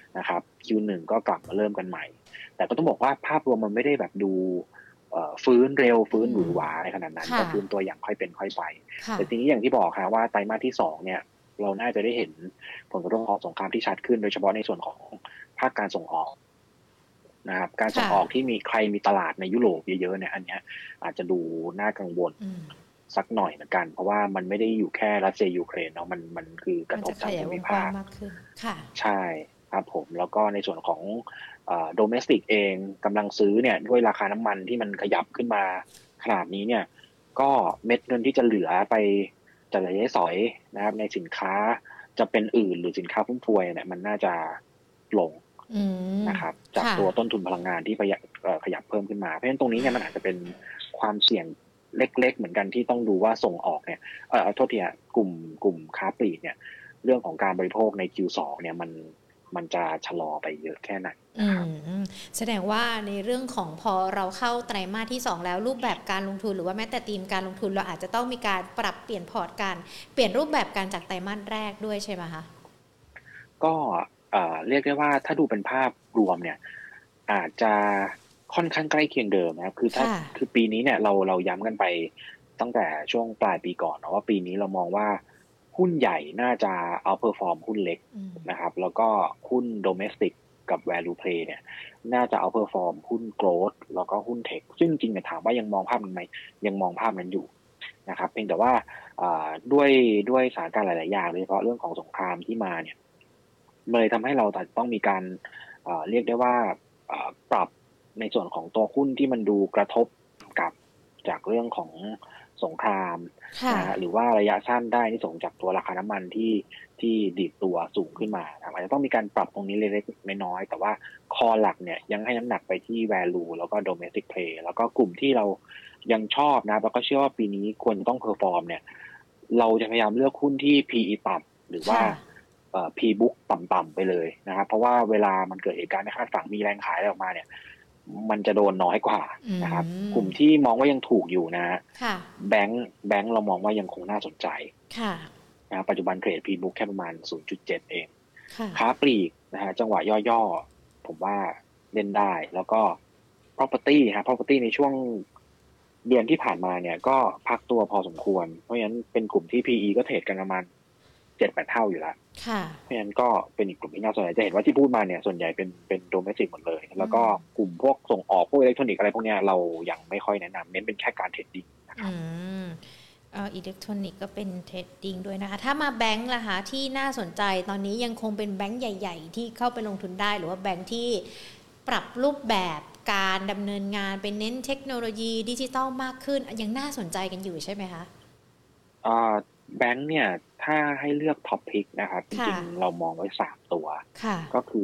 นะครับ คิว หนึ่ง ก็กลับมาเริ่มกันใหม่แต่ก็ต้องบอกว่าภาพรวมมันไม่ได้แบบดูฟื้นเร็วฟื้นหวือหวาในขนาดนั้นก็ฟื้นตัวอย่างค่อยเป็นค่อยไปแต่ทีนี้อย่างที่บอกค่ะว่าไตรมาสที่สองเนี่ยเราน่าจะได้เห็นผลกระทบของสงครามที่ชัดขึ้นโดยเฉพาะในส่วนของภาคการส่งออกนะครับการส่งออกที่มีใครมีตลาดในยุโรปเยอะๆเนี่ยอันนี้อาจจะดูน่ากังวลสักหน่อยเหมือนกันเพราะว่ามันไม่ได้อยู่แค่รัสเซียยูเครนเนาะมันมันคือกระทบทางภูมิภาคใช่ครับผมแล้วก็ในส่วนของโดเมสติกเองกำลังซื้อเนี่ยด้วยราคาน้ำมันที่มันขยับขึ้นมาขนาดนี้เนี่ยก็เม็ดเงินที่จะเหลือไปจะเหลือสอยนะครับในสินค้าจะเป็นอื่นหรือสินค้าฟุ่มเฟือยเนี่ยมันน่าจะลงนะครับจากตัวต้นทุนพลังงานที่ขยับเพิ่มขึ้นมาเพราะฉะนั้นตรงนี้เนี่ยมันอาจจะเป็นความเสี่ยงเล็กๆเหมือนกันที่ต้องดูว่าส่งออกเนี่ยเออโทษทีอ่ะกลุ่มกลุ่มค้าปลีกเนี่ยเรื่องของการบริโภคใน คิว สอง เนี่ยมันมันจะชะลอไปเยอะแค่ไหนนะครับแสดงว่าในเรื่องของพอเราเข้าไตรมาสที่สองแล้วรูปแบบการลงทุนหรือว่าแม้แต่ธีมการลงทุนเราอาจจะต้องมีการปรับเปลี่ยนพอร์ตการเปลี่ยนรูปแบบการจากไตรมาสแรกด้วยใช่ไหมคะก็เรียกได้ว่าถ้าดูเป็นภาพรวมเนี่ยอาจจะค่อนข้างใกล้เคียงเดิมนะครับคือถ้าคือปีนี้เนี่ยเราเราย้ำกันไปตั้งแต่ช่วงปลายปีก่อนนะว่าปีนี้เรามองว่าหุ้นใหญ่น่าจะเอาเพอร์ฟอร์มหุ้นเล็กนะครับแล้วก็หุ้นโดเมสติกกับ value play เนี่ยน่าจะเอาเพอร์ฟอร์มหุ้น growth แล้วก็หุ้นเทคซึ่งจริงๆเนี่ยถามว่ายังมองภาพนั้นไหมยังมองภาพนั้นอยู่นะครับเพียงแต่ว่าด้วยด้วยสถานการณ์หลายๆอย่างโดยเฉพาะเรื่องของสงครามที่มาเนี่ยเลยทำให้เราต้องมีการเรียกได้ว่าปรับในส่วนของตัวหุ้นที่มันดูกระทบกับจากเรื่องของสงครามนะหรือว่าระยะสั้นได้ที่ส่งจากตัวราคาน้ำมันที่ที่ดีดตัวสูงขึ้นมาอาจจะต้องมีการปรับตรงนี้เล็กๆน้อยๆแต่ว่าคอหลักเนี่ยยังให้น้ำหนักไปที่ value แล้วก็ domestic play แล้วก็กลุ่มที่เรายังชอบนะแล้วก็เชื่อว่าปีนี้ควรต้อง perform เนี่ยเราจะพยายามเลือกหุ้นที่ พี อี ต่ำหรือว่าเอ่อ P book ต่ำๆไปเลยนะครับเพราะว่าเวลามันเกิดเหตุการณ์ไม่คาดฝันมีแรงขายออกมาเนี่ยมันจะโดนน้อยกว่านะครับกลุ่มที่มองว่ายังถูกอยู่นะแบงค์แบงค์เรามองว่ายังคงน่าสนใจนะปัจจุบันเทรด P book แค่ประมาณ ศูนย์จุดเจ็ด เองค้าปลีกนะฮะจังหวะย่อๆผมว่าเล่นได้แล้วก็ property ฮะ property ในช่วงเดือนที่ผ่านมาเนี่ยก็พักตัวพอสมควรเพราะฉะนั้นเป็นกลุ่มที่ พี อี ก็เทรดกันประมาณ เจ็ดแปด เท่าอยู่แล้วเพราะฉะนั้นก็เป็นอีกกลุ่มที่น่าสนใจจะเห็นว่าที่พูดมาเนี่ยส่วนใหญ่เป็นเป็นโดเมสติกหมดเลยแล้วก็กลุ่มพวกส่งออกพวกอิเล็กทรอนิกส์อะไรพวกนี้เรายังไม่ค่อยแนะนำเน้นเป็นแค่การเทรดดิ้งนะครับอิเล็กทรอนิกส์ก็เป็นเทรดดิ้งด้วยนะคะถ้ามาแบงค์ล่ะคะที่น่าสนใจตอนนี้ยังคงเป็นแบงค์ใหญ่ๆที่เข้าไปลงทุนได้หรือว่าแบงค์ที่ปรับรูปแบบการดำเนินงานเป็นเน้นเทคโนโลยีดิจิทัลมากขึ้นยังน่าสนใจกันอยู่ใช่ไหมคะแบงค์เนี่ยถ้าให้เลือกท็อปพิกนะครับจริงๆเรามองไว้สามตัวก็คือ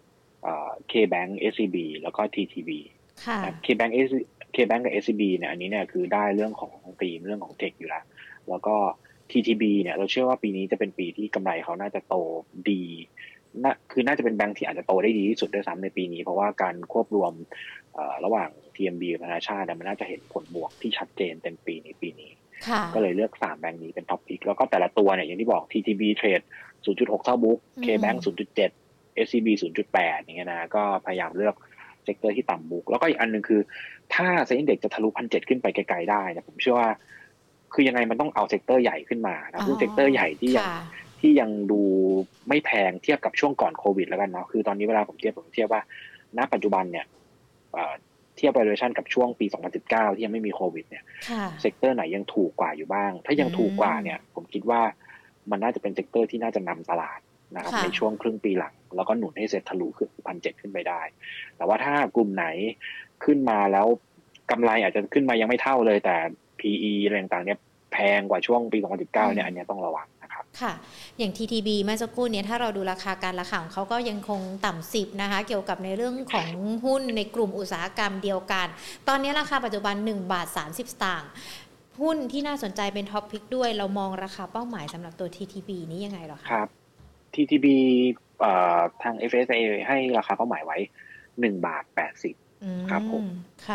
K-Bank เอส ซี บี แล้วก็ ที ที บี K-Bank K-Bank กับ เอส ซี บี เนี่ยอันนี้เนี่ยคือได้เรื่องของธีมเรื่องของเทคอยู่แล้วแล้วก็ ที ที บี เนี่ยเราเชื่อว่าปีนี้จะเป็นปีที่กำไรเขาน่าจะโตดีน่าคือน่าจะเป็นแบงค์ที่อาจจะโตได้ดีที่สุดด้วยซ้ำในปีนี้เพราะว่าการควบรวมระหว่าง ที เอ็ม บี กับธนาคารมันน่าจะเห็นผลบวกที่ชัดเจนเต็มปีในปีนี้ก็เลยเลือกสามแบงค์นี้เป็นท็อปพิกแล้วก็แต่ละตัวเนี่ยอย่างที่บอก ที ที บี เทรด ศูนย์จุดหก เท่าบุ๊ก K-Bank ศูนย์จุดเจ็ด เอส ซี บี ศูนย์จุดแปด อย่างเงี้ยนะก็พยายามเลือกเซกเตอร์ที่ต่ำบุ๊กแล้วก็อีกอันนึงคือถ้าเซ็นดี เอ็กซ์ จะทะลุ หนึ่งพันเจ็ดร้อย ขึ้นไปไกลๆได้นะผมเชื่อว่าคือยังไงมันต้องเอาเซกเตอร์ใหญ่ขึ้นมานะซึ่งเซกเตอร์ใหญ่ที่ยังที่ยังดูไม่แพงเทียบกับช่วงก่อนโควิดแล้วกันเนาะคือตอนนี้เวลาผมเทียบผมเทียบว่าณปัจจุบันเนี่ยเทียบ valuation กับช่วงปีสองพันสิบเก้าที่ยังไม่มีโควิดเนี่ยเซกเตอร์ไหนยังถูกกว่าอยู่บ้างถ้ายังถูกกว่าเนี่ยผมคิดว่ามันน่าจะเป็นเซกเตอร์ที่น่าจะนำตลาดนะครับในช่วงครึ่งปีหลังแล้วก็หนุนให้เซ็ตทะลุขึ้น หนึ่งพันเจ็ดร้อย ขึ้นไปได้แต่ว่าถ้ากลุ่มไหนขึ้นมาแล้วกำไรอาจจะขึ้นมายังไม่เท่าเลยแต่ พี อี อะไรต่างๆเนี่ยแพงกว่าช่วงปีสองพันสิบเก้าเนี่ยอันนี้ต้องระวังนะครับค่ะอย่าง ที ที บี เมื่อสักครู่เนี่ยถ้าเราดูราคาการราคาของเขาก็ยังคงต่ำสิบนะคะเกี่ยวกับในเรื่องของหุ้นในกลุ่มอุตสาหกรรมเดียวกันตอนนี้ราคาปัจจุบันหนึ่งบาทสามสิบสตางค์หุ้นที่น่าสนใจเป็นท็อปพิกด้วยเรามองราคาเป้าหมายสำหรับตัว ที ที บี นี้ยังไงหรอคะครับ ที ที บี เอ่อทาง เอฟ เอส เอ ให้ราคาเป้าหมายไว้หนึ่งบาทแปดสิบครับผมค่ะ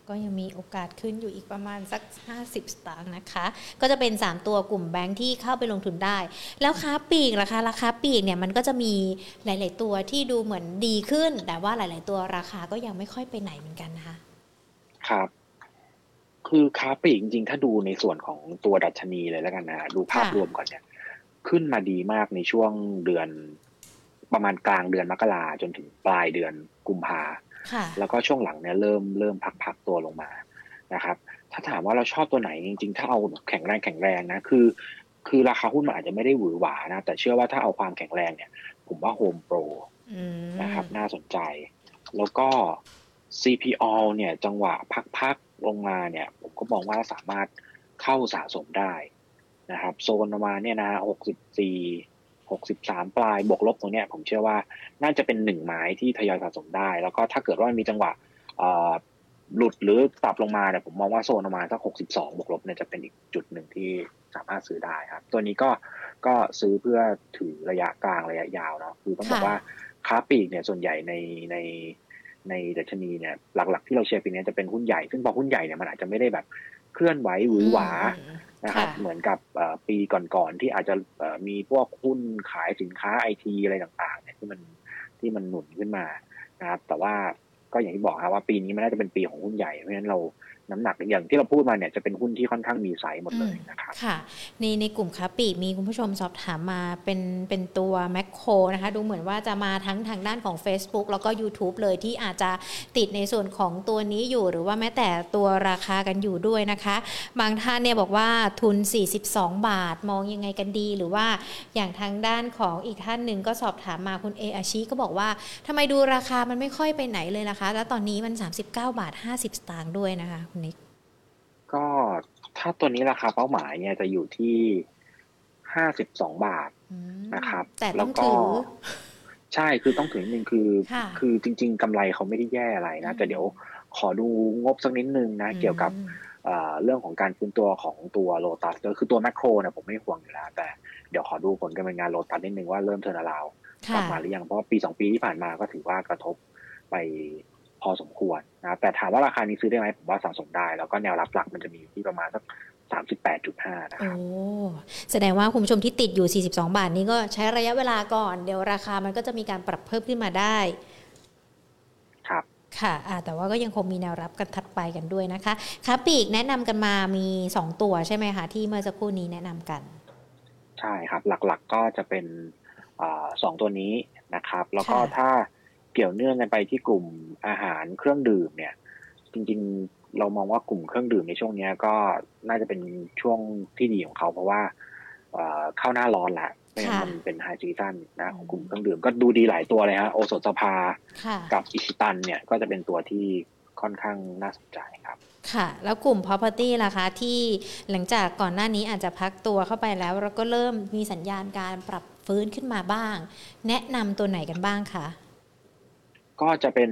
ก็ยังมีโอกาสขึ้นอยู่อีกประมาณสักห้าสิบสตางค์นะคะก็จะเป็นสามตัวกลุ่มแบงค์ที่เข้าไปลงทุนได้แล้วค้าปลีกราคาราคาปลีกเนี่ยมันก็จะมีหลายๆตัวที่ดูเหมือนดีขึ้นแต่ว่าหลายๆตัวราคาก็ยังไม่ค่อยไปไหนเหมือนกันนะคะครับคือค้าปลีกจริงๆถ้าดูในส่วนของตัวดัชนีเลยแล้วกันนะดูภาพรวมก่อนเนี่ยขึ้นมาดีมากในช่วงเดือนประมาณกลางเดือนมกราจนถึงปลายเดือนกุมภาแล้วก็ช่วงหลังเนี่ยเริ่มเริ่มพักๆตัวลงมานะครับถ้าถามว่าเราชอบตัวไหนจริงๆถ้าเอาแข็งแรงแข็งแรงนะคือคือราคาหุ้นมันอาจจะไม่ได้หวือหวานะแต่เชื่อว่าถ้าเอาความแข็งแรงเนี่ยผมว่า Home Pro นะครับน่าสนใจแล้วก็ ซี พี โอ เนี่ยจังหวะพักๆลงมาเนี่ยผมก็มองว่าสามารถเข้าสะสมได้นะครับโซนประมาณเนี่ยนะหกสิบสี่หกสิบสามปลายบวกลบตรงเนี้ยผมเชื่อว่าน่าจะเป็นหนึ่งไม้ที่ทยอยสะสมได้แล้วก็ถ้าเกิดว่ามีจังหวะหลุดหรือปรับลงมาเนี่ยผมมองว่าโซนประมาณสักหกสิบสองบวกลบเนี่ยจะเป็นอีกจุดหนึ่งที่สามารถซื้อได้ครับตัวนี้ก็ก็ซื้อเพื่อถือระยะกลางระยะยาวเนาะคือต้องบอกว่าค้าปลีกเนี่ยส่วนใหญ่ในในในดัชนีเนี่ยหลักๆที่เราเชียร์ปีนี้จะเป็นหุ้นใหญ่ซึ่งพอหุ้นใหญ่เนี่ยมันอาจจะไม่ได้แบบเคลื่อนไหวหวือหวานะครับเหมือนกับปีก่อนๆที่อาจจะมีพวกหุ้นขายสินค้าไอทีอะไรต่างๆเนี่ยที่มันที่มันหนุนขึ้นมานะครับแต่ว่าก็อย่างที่บอกครับว่าปีนี้มันน่าจะเป็นปีของหุ้นใหญ่เพราะฉะนั้นเราน้ำหนักอย่างที่เราพูดมาเนี่ยจะเป็นหุ้นที่ค่อนข้างมีไซส์หมดเลยนะครับค่ะในในกลุ่มค้าปลีกมีคุณผู้ชมสอบถามมาเป็นเป็นตัวแมคโครนะคะดูเหมือนว่าจะมาทั้งทางด้านของ Facebook แล้วก็ YouTube เลยที่อาจจะติดในส่วนของตัวนี้อยู่หรือว่าแม้แต่ตัวราคากันอยู่ด้วยนะคะบางท่านเนี่ยบอกว่าทุนสี่สิบสองบาทมองยังไงกันดีหรือว่าอย่างทางด้านของอีกท่านหนึ่งก็สอบถามมาคุณเออาชิก็บอกว่าทำไมดูราคามันไม่ค่อยไปไหนเลยล่ะคะแล้วตอนนี้มันสามสิบเก้าบาทห้าสิบสตางค์ด้วยนะคะคุณนิกก็ถ้าตัวนี้ราคาเป้าหมายเนี่ยจะอยู่ที่ห้าสิบสองบาทนะครับแต่ต้องถือใช่คือต้องถือนิดนึงคือคือจริงๆกำไรเขาไม่ได้แย่อะไรนะแต่เดี๋ยวขอดูงบสักนิดนึงนะเกี่ยวกับเรื่องของการฟื้นตัวของตัวโลตัสก็คือตัวแมคโครเนี่ยผมไม่ห่วงอยู่แล้วแต่เดี๋ยวขอดูผลการดำเนินงานโลตัสนิดนึงว่าเริ่มเทิร์นอราวด์กลับมาหรือยังเพราะปีสองปีที่ผ่านมาก็ถือว่ากระทบไปพอสมควรนะแต่ถามว่าราคานี้ซื้อได้ไหมผมว่าสะสมได้แล้วก็แนวรับหลักมันจะมีอยู่ที่ประมาณสัก สามสิบแปดจุดห้า นะครับโอ้แสดงว่าคุณผู้ชมที่ติดอยู่สี่สิบสองบาทนี้ก็ใช้ระยะเวลาก่อนเดี๋ยวราคามันก็จะมีการปรับเพิ่มขึ้นมาได้ครับค่ะแต่ว่าก็ยังคงมีแนวรับกันถัดไปกันด้วยนะคะค้าปลีกแนะนำกันมามีสองตัวใช่ไหมคะที่เมื่อสักครู่นี้แนะนำกันใช่ครับหลักๆ ก, ก็จะเป็นสองตัวนี้นะครับแล้วก็ถ้าเกี่ยวเนื่องกันไปที่กลุ่มอาหารเครื่องดื่มเนี่ยจริงๆเรามองว่ากลุ่มเครื่องดื่มในช่วงนี้ก็น่าจะเป็นช่วงที่ดีของเขาเพราะว่าเข้าหน้าร้อนแล้วมันเป็นไฮซีซั่นนะของกลุ่มเครื่องดื่มก็ดูดีหลายตัวเลยฮะโอสถสภากับอิชิตันเนี่ยก็จะเป็นตัวที่ค่อนข้างน่าสนใจครับค่ะแล้วกลุ่ม property ล่ะคะที่หลังจากก่อนหน้านี้อาจจะพักตัวเข้าไปแล้วแล้วก็เริ่มมีสัญญาณการปรับฟื้นขึ้นมาบ้างแนะนำตัวไหนกันบ้างคะก็จะเป็น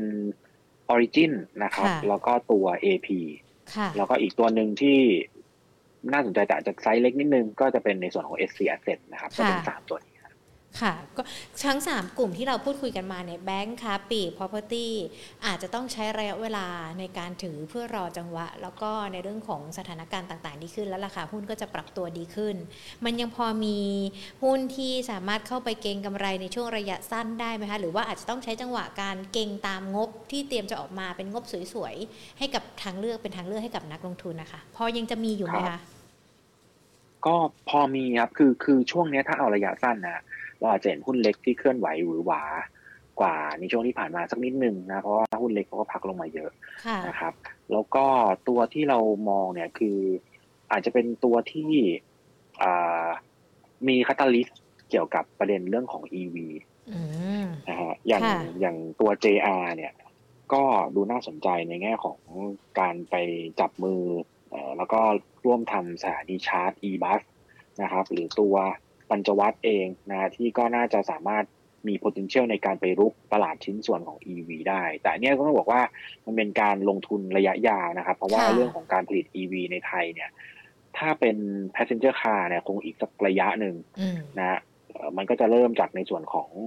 Origin นะครับแล้วก็ตัว เอ พี แล้วก็อีกตัวหนึ่งที่น่าสนใจแต่อาจจะไซส์เล็กนิดนึงก็จะเป็นในส่วนของ เอส ซี Asset นะครับจะเป็นสามตัวนี้ค่ะก็ทั้งสามกลุ่มที่เราพูดคุยกันมาเนี่ยแบงค์ค้าปลีก property อาจจะต้องใช้ระยะเวลาในการถือเพื่อรอจังหวะแล้วก็ในเรื่องของสถานการณ์ต่างๆดีขึ้นแล้วราคาหุ้นก็จะปรับตัวดีขึ้นมันยังพอมีหุ้นที่สามารถเข้าไปเก็งกำไรในช่วงระยะสั้นได้ไหมคะหรือว่าอาจจะต้องใช้จังหวะการเก็งตามงบที่เตรียมจะออกมาเป็นงบสวยๆให้กับทางเลือกเป็นทางเลือกให้กับนักลงทุนนะคะพอยังจะมีอยู่ไหมคะก็พอมีครับคือคือช่วงนี้ถ้าเอาระยะสั้นนะเราอาจจะเห็นหุ้นเล็กที่เคลื่อนไหวหวือหวากว่าในช่วงที่ผ่านมาสักนิดนึงนะเพราะว่าหุ้นเล็กเขาก็พักลงมาเยอะนะครับแล้วก็ตัวที่เรามองเนี่ยคืออาจจะเป็นตัวที่มีคาตาลิสต์เกี่ยวกับประเด็นเรื่องของ อี วี นะฮะอย่างอย่างตัว เจ อาร์ เนี่ยก็ดูน่าสนใจในแง่ของการไปจับมือแล้วก็ร่วมทำสถานีชาร์จ e-bus นะครับหรือตัวปัญจวัฒน์เองนะที่ก็น่าจะสามารถมี potential ในการไปรุกตลาดชิ้นส่วนของ อี วี ได้แต่เนี้ยก็ต้องบอกว่ามันเป็นการลงทุนระยะยาวนะครับเพราะว่าเรื่องของการผลิต อี วี ในไทยเนี่ยถ้าเป็น passenger car เนี่ยคงอีกสักระยะหนึ่งนะมันก็จะเริ่มจากในส่วนของ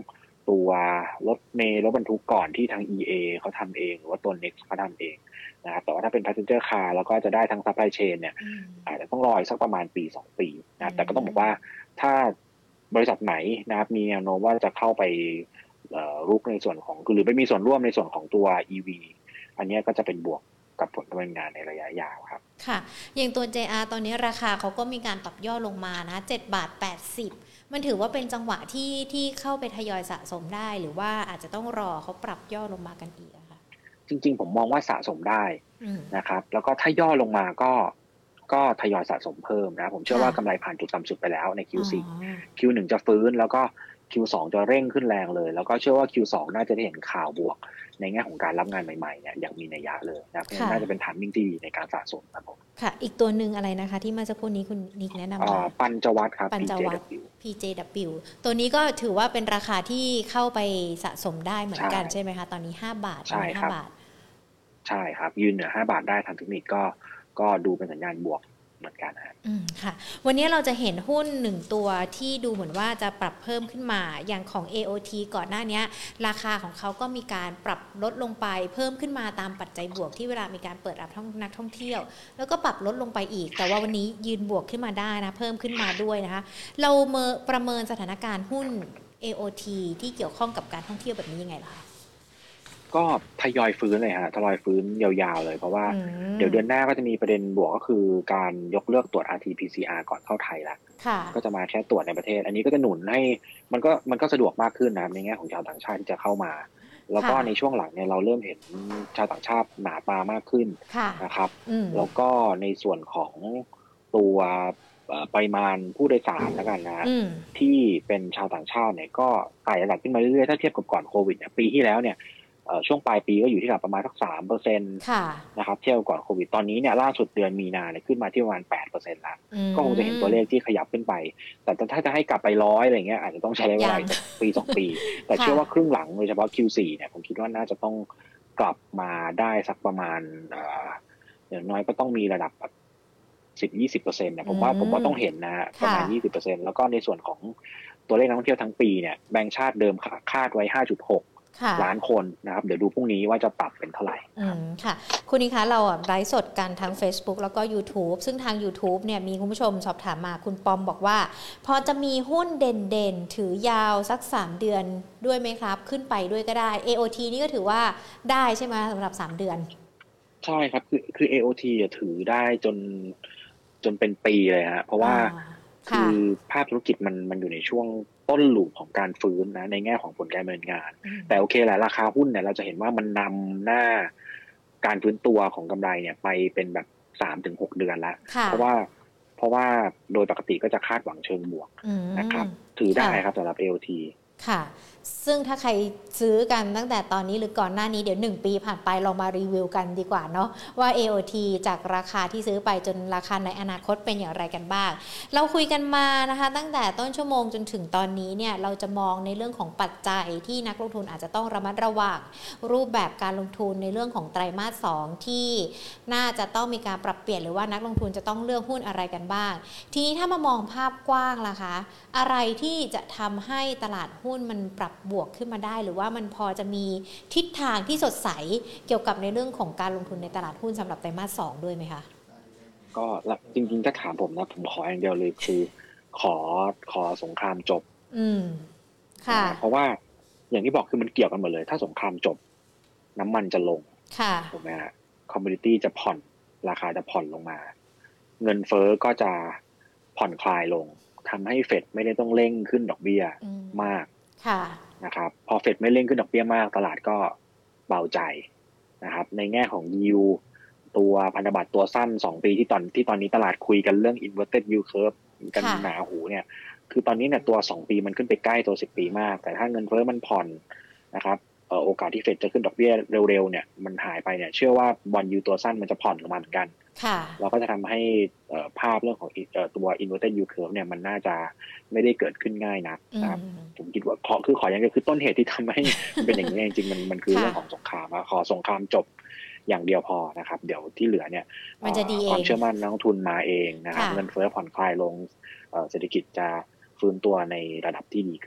ตัวรถเมล์รถบรรทุกก่อนที่ทาง อี เอ เขาทำเองหรือว่าตัว Next เขาทำเองนะครับแต่ว่าถ้าเป็น Passenger Car แล้วก็จะได้ทั้ง Supply Chain เนี่ยอาจจะต้องรออีกสักประมาณปีสองปีนะแต่ก็ต้องบอกว่าถ้าบริษัทไหนนะครับมีแนวโน้มว่าจะเข้าไปรุกในส่วนของหรือไปมีส่วนร่วมในส่วนของตัว อี วี อันนี้ก็จะเป็นบวกกับผลการดำเนินงานในระยะยาวครับค่ะอย่างตัว เจ อาร์ ตอนนี้ราคาเขาก็มีการปรับย่อลงมานะเจ็ดบาทแปดสิบมันถือว่าเป็นจังหวะที่ที่เข้าไปทยอยสะสมได้หรือว่าอาจจะต้องรอเขาปรับย่อลงมากันอีกอะค่ะจริงๆผมมองว่าสะสมได้นะครับแล้วก็ถ้าย่อลงมาก็ก็ทยอยสะสมเพิ่มนะผมเชื่อว่ากำไรผ่านจุดต่ำสุดไปแล้วใน คิว โฟร์ คิว วัน จะฟื้นแล้วก็ คิว ทู จะเร่งขึ้นแรงเลยแล้วก็เชื่อว่า คิว ทู น่าจะได้เห็นข่าวบวกในแง่ของการรับงานใหม่ๆเนี่ยอย่างมีนัยยะเลยนะเพราะฉะนั้นน่าจะเป็นฐานมิ่งที่ดีในการสะสมครับผมค่ะอีกตัวหนึ่งอะไรนะคะที่เมื่อสักครู่นี้คุณนิกแนะนำมาปัญจวัฒน์ครับปัญจวัฒน์ พี เจ ดับเบิลยู ตัวนี้ก็ถือว่าเป็นราคาที่เข้าไปสะสมได้เหมือนกันใช่ไหมคะตอนนี้ห้าบาทใช่ครับใช่ครับยืนเหนือห้าบาทได้ทางเทคนิคก็ก็ดูเป็นสัญญาณบวกเหมือนกันนะอืมค่ะวันนี้เราจะเห็นหุ้นหนึ่งตัวที่ดูเหมือนว่าจะปรับเพิ่มขึ้นมาอย่างของ เอ โอ ที ก่อนหน้านี้ราคาของเขาก็มีการปรับลดลงไปเพิ่มขึ้นมาตามปัจจัยบวกที่เวลามีการเปิดรับนักท่องเที่ยวแล้วก็ปรับลดลงไปอีกแต่ว่าวันนี้ยืนบวกขึ้นมาได้นะเพิ่มขึ้นมาด้วยนะคะเราเมประเมินสถานการณ์หุ้น เอ โอ ที ที่เกี่ยวข้องกับการท่องเที่ยวแบบนี้ยังไงล่ะคะก็ทยอยฟื้นเลยฮะทยอยฟื้นยาวๆเลยเพราะว่าเดี๋ยวเดือนหน้าก็จะมีประเด็นบวกก็คือการยกเลิกตรวจ อาร์ ที พี ซี อาร์ ก่อนเข้าไทยละก็จะมาแค่ตรวจในประเทศอันนี้ก็จะหนุนให้มันก็มันก็สะดวกมากขึ้นนะในแง่ของชาวต่างชาติที่จะเข้ามาแล้วก็ในช่วงหลังเนี่ยเราเริ่มเห็นชาวต่างชาติหนาตามากขึ้นนะครับแล้วก็ในส่วนของตัวปริมาณผู้โดยสารแล้วกันนะที่เป็นชาวต่างชาติเนี่ยก็ไต่ระดับขึ้นมาเรื่อยๆถ้าเทียบกับก่อนโควิดปีที่แล้วเนี่ยช่วงปลายปีก็อยู่ที่ระดับประมาณสักสามเปอร์เซ็นต์นะครับเทียบก่อนโควิดตอนนี้เนี่ยล่าสุดเดือนมีนาเนี่ยขึ้นมาที่ประมาณแปดเปอร์เซ็นต์ละก็คงจะเห็นตัวเลขที่ขยับขึ้นไปแต่ถ้าจะให้กลับไปร้อยอะไรเงี้ยอาจจะต้องใช้เวลาปีสองปีแต่เชื่อว่าครึ่งหลังโดยเฉพาะ คิว โฟร์ เนี่ยผมคิดว่าน่าจะต้องกลับมาได้สักประมาณอย่างน้อยก็ต้องมีระดับแบบสิบยี่สิบเปอร์เซ็นต์เนี่ยผมว่าผมว่าต้องเห็นนะประมาณยี่สิบเปอร์เซ็นต์แล้วก็ในส่วนของตัวเลขนักท่องเที่ยวทั้งปีเนี่ยแบงก์ชาติเดิมคาดไว้ ห้าจุดหกล้านคนนะครับเดี๋ยวดูพรุ่งนี้ว่าจะปรับเป็นเท่าไหร่อืมค่ะคุณนิคะเราไลฟ์สดกันทั้ง Facebook แล้วก็ YouTube ซึ่งทาง YouTube เนี่ยมีคุณผู้ชมสอบถามมาคุณปอมบอกว่าพอจะมีหุ้นเด่นๆถือยาวสักสามเดือนด้วยไหมครับขึ้นไปด้วยก็ได้ เอ โอ ที นี่ก็ถือว่าได้ใช่ไหมสำหรับสามเดือนใช่ครับคือคือ เอ โอ ที ถือได้จนจนเป็นปีเลยฮะเพราะว่าคือภาพธุรกิจมันมันอยู่ในช่วงต้นหลูปของการฟื้นนะในแง่ของผลการดำเนินงานแต่โอเคแหละราคาหุ้นเนี่ยเราจะเห็นว่ามันนำหน้าการฟื้นตัวของกำไรเนี่ยไปเป็นแบบ สามถึงหก เดือนแล้วเพราะว่าเพราะว่าโดยปกติก็จะคาดหวังเชิงบวกนะครับถือได้ครับสำหรับ เอ โอ ทีค่ะซึ่งถ้าใครซื้อกันตั้งแต่ตอนนี้หรือก่อนหน้านี้เดี๋ยวหนึ่งปีผ่านไปเรามารีวิวกันดีกว่าเนาะว่า เอ โอ ที จากราคาที่ซื้อไปจนราคาในอนาคตเป็นอย่างไรกันบ้างเราคุยกันมานะคะตั้งแต่ต้นชั่วโมงจนถึงตอนนี้เนี่ยเราจะมองในเรื่องของปัจจัยที่นักลงทุนอาจจะต้องระมัดระวังรูปแบบการลงทุนในเรื่องของไตรมาสสองที่น่าจะต้องมีการปรับเปลี่ยนหรือว่านักลงทุนจะต้องเลือกหุ้นอะไรกันบ้างทีนี้ถ้ามามองภาพกว้างล่ะคะอะไรที่จะทำให้ตลาดหุ้นมันปรับบวกขึ้นมาได้หรือว่ามันพอจะมีทิศทางที่สดใสเกี่ยวกับในเรื่องของการลงทุนในตลาดหุ้นสำหรับไตรมาสสองด้วยไหมคะก็จริงๆถ้าถามผมนะผมขออย่างเดียวเลยคือขอขอสงครามจบอืมค่ะเพราะว่าอย่างที่บอกคือมันเกี่ยวกันหมดเลยถ้าสงครามจบน้ำมันจะลงค่ะถูกไหมฮะคอมมูนิตี้จะผ่อนราคาจะผ่อนลงมาเงินเฟ้อก็จะผ่อนคลายลงทำให้เฟดไม่ได้ต้องเร่งขึ้นดอกเบี้ยมากค่ะนะครับพอเฟดไม่เร่งขึ้นดอกเบี้ยมากตลาดก็เบาใจนะครับในแง่ของ yield ตัวพันธบัตรตัวสั้นสองปีที่ตอนที่ตอนนี้ตลาดคุยกันเรื่อง inverted yield curve กันหนาหูเนี่ยคือตอนนี้เนี่ยตัวสองปีมันขึ้นไปใกล้ตัวสิบปีมากแต่ถ้าเงินเฟ้อมันผ่อนนะครับเอ่อโอกาสที่เฟดจะขึ้นดอกเบี้ยเร็วๆเนี่ยมันหายไปเนี่ยเชื่อว่าบอนด์ยิลด์ตัวสั้นมันจะผ่อนลงมาเหมือนกันเราก็จะทำให้ภาพเรื่องของตัว inverted yield curve เนี่ยมันน่าจะไม่ได้เกิดขึ้นง่ายนักนะครับผมคิดว่าขอคือขออย่างเดียวคือต้นเหตุที่ทำให้เป็นอย่างนี้จริงๆมันมันคือเรื่องของสงครามขอสงครามจบอย่างเดียวพอนะครับเดี๋ยวที่เหลือเนี่ยความเชื่อมั่นนักลงทุนมาเองนะครับเงินเฟ้อผ่อนคลายลงเศรษฐกิจจะฟื้นตัวในระดับที่ดีขึ้น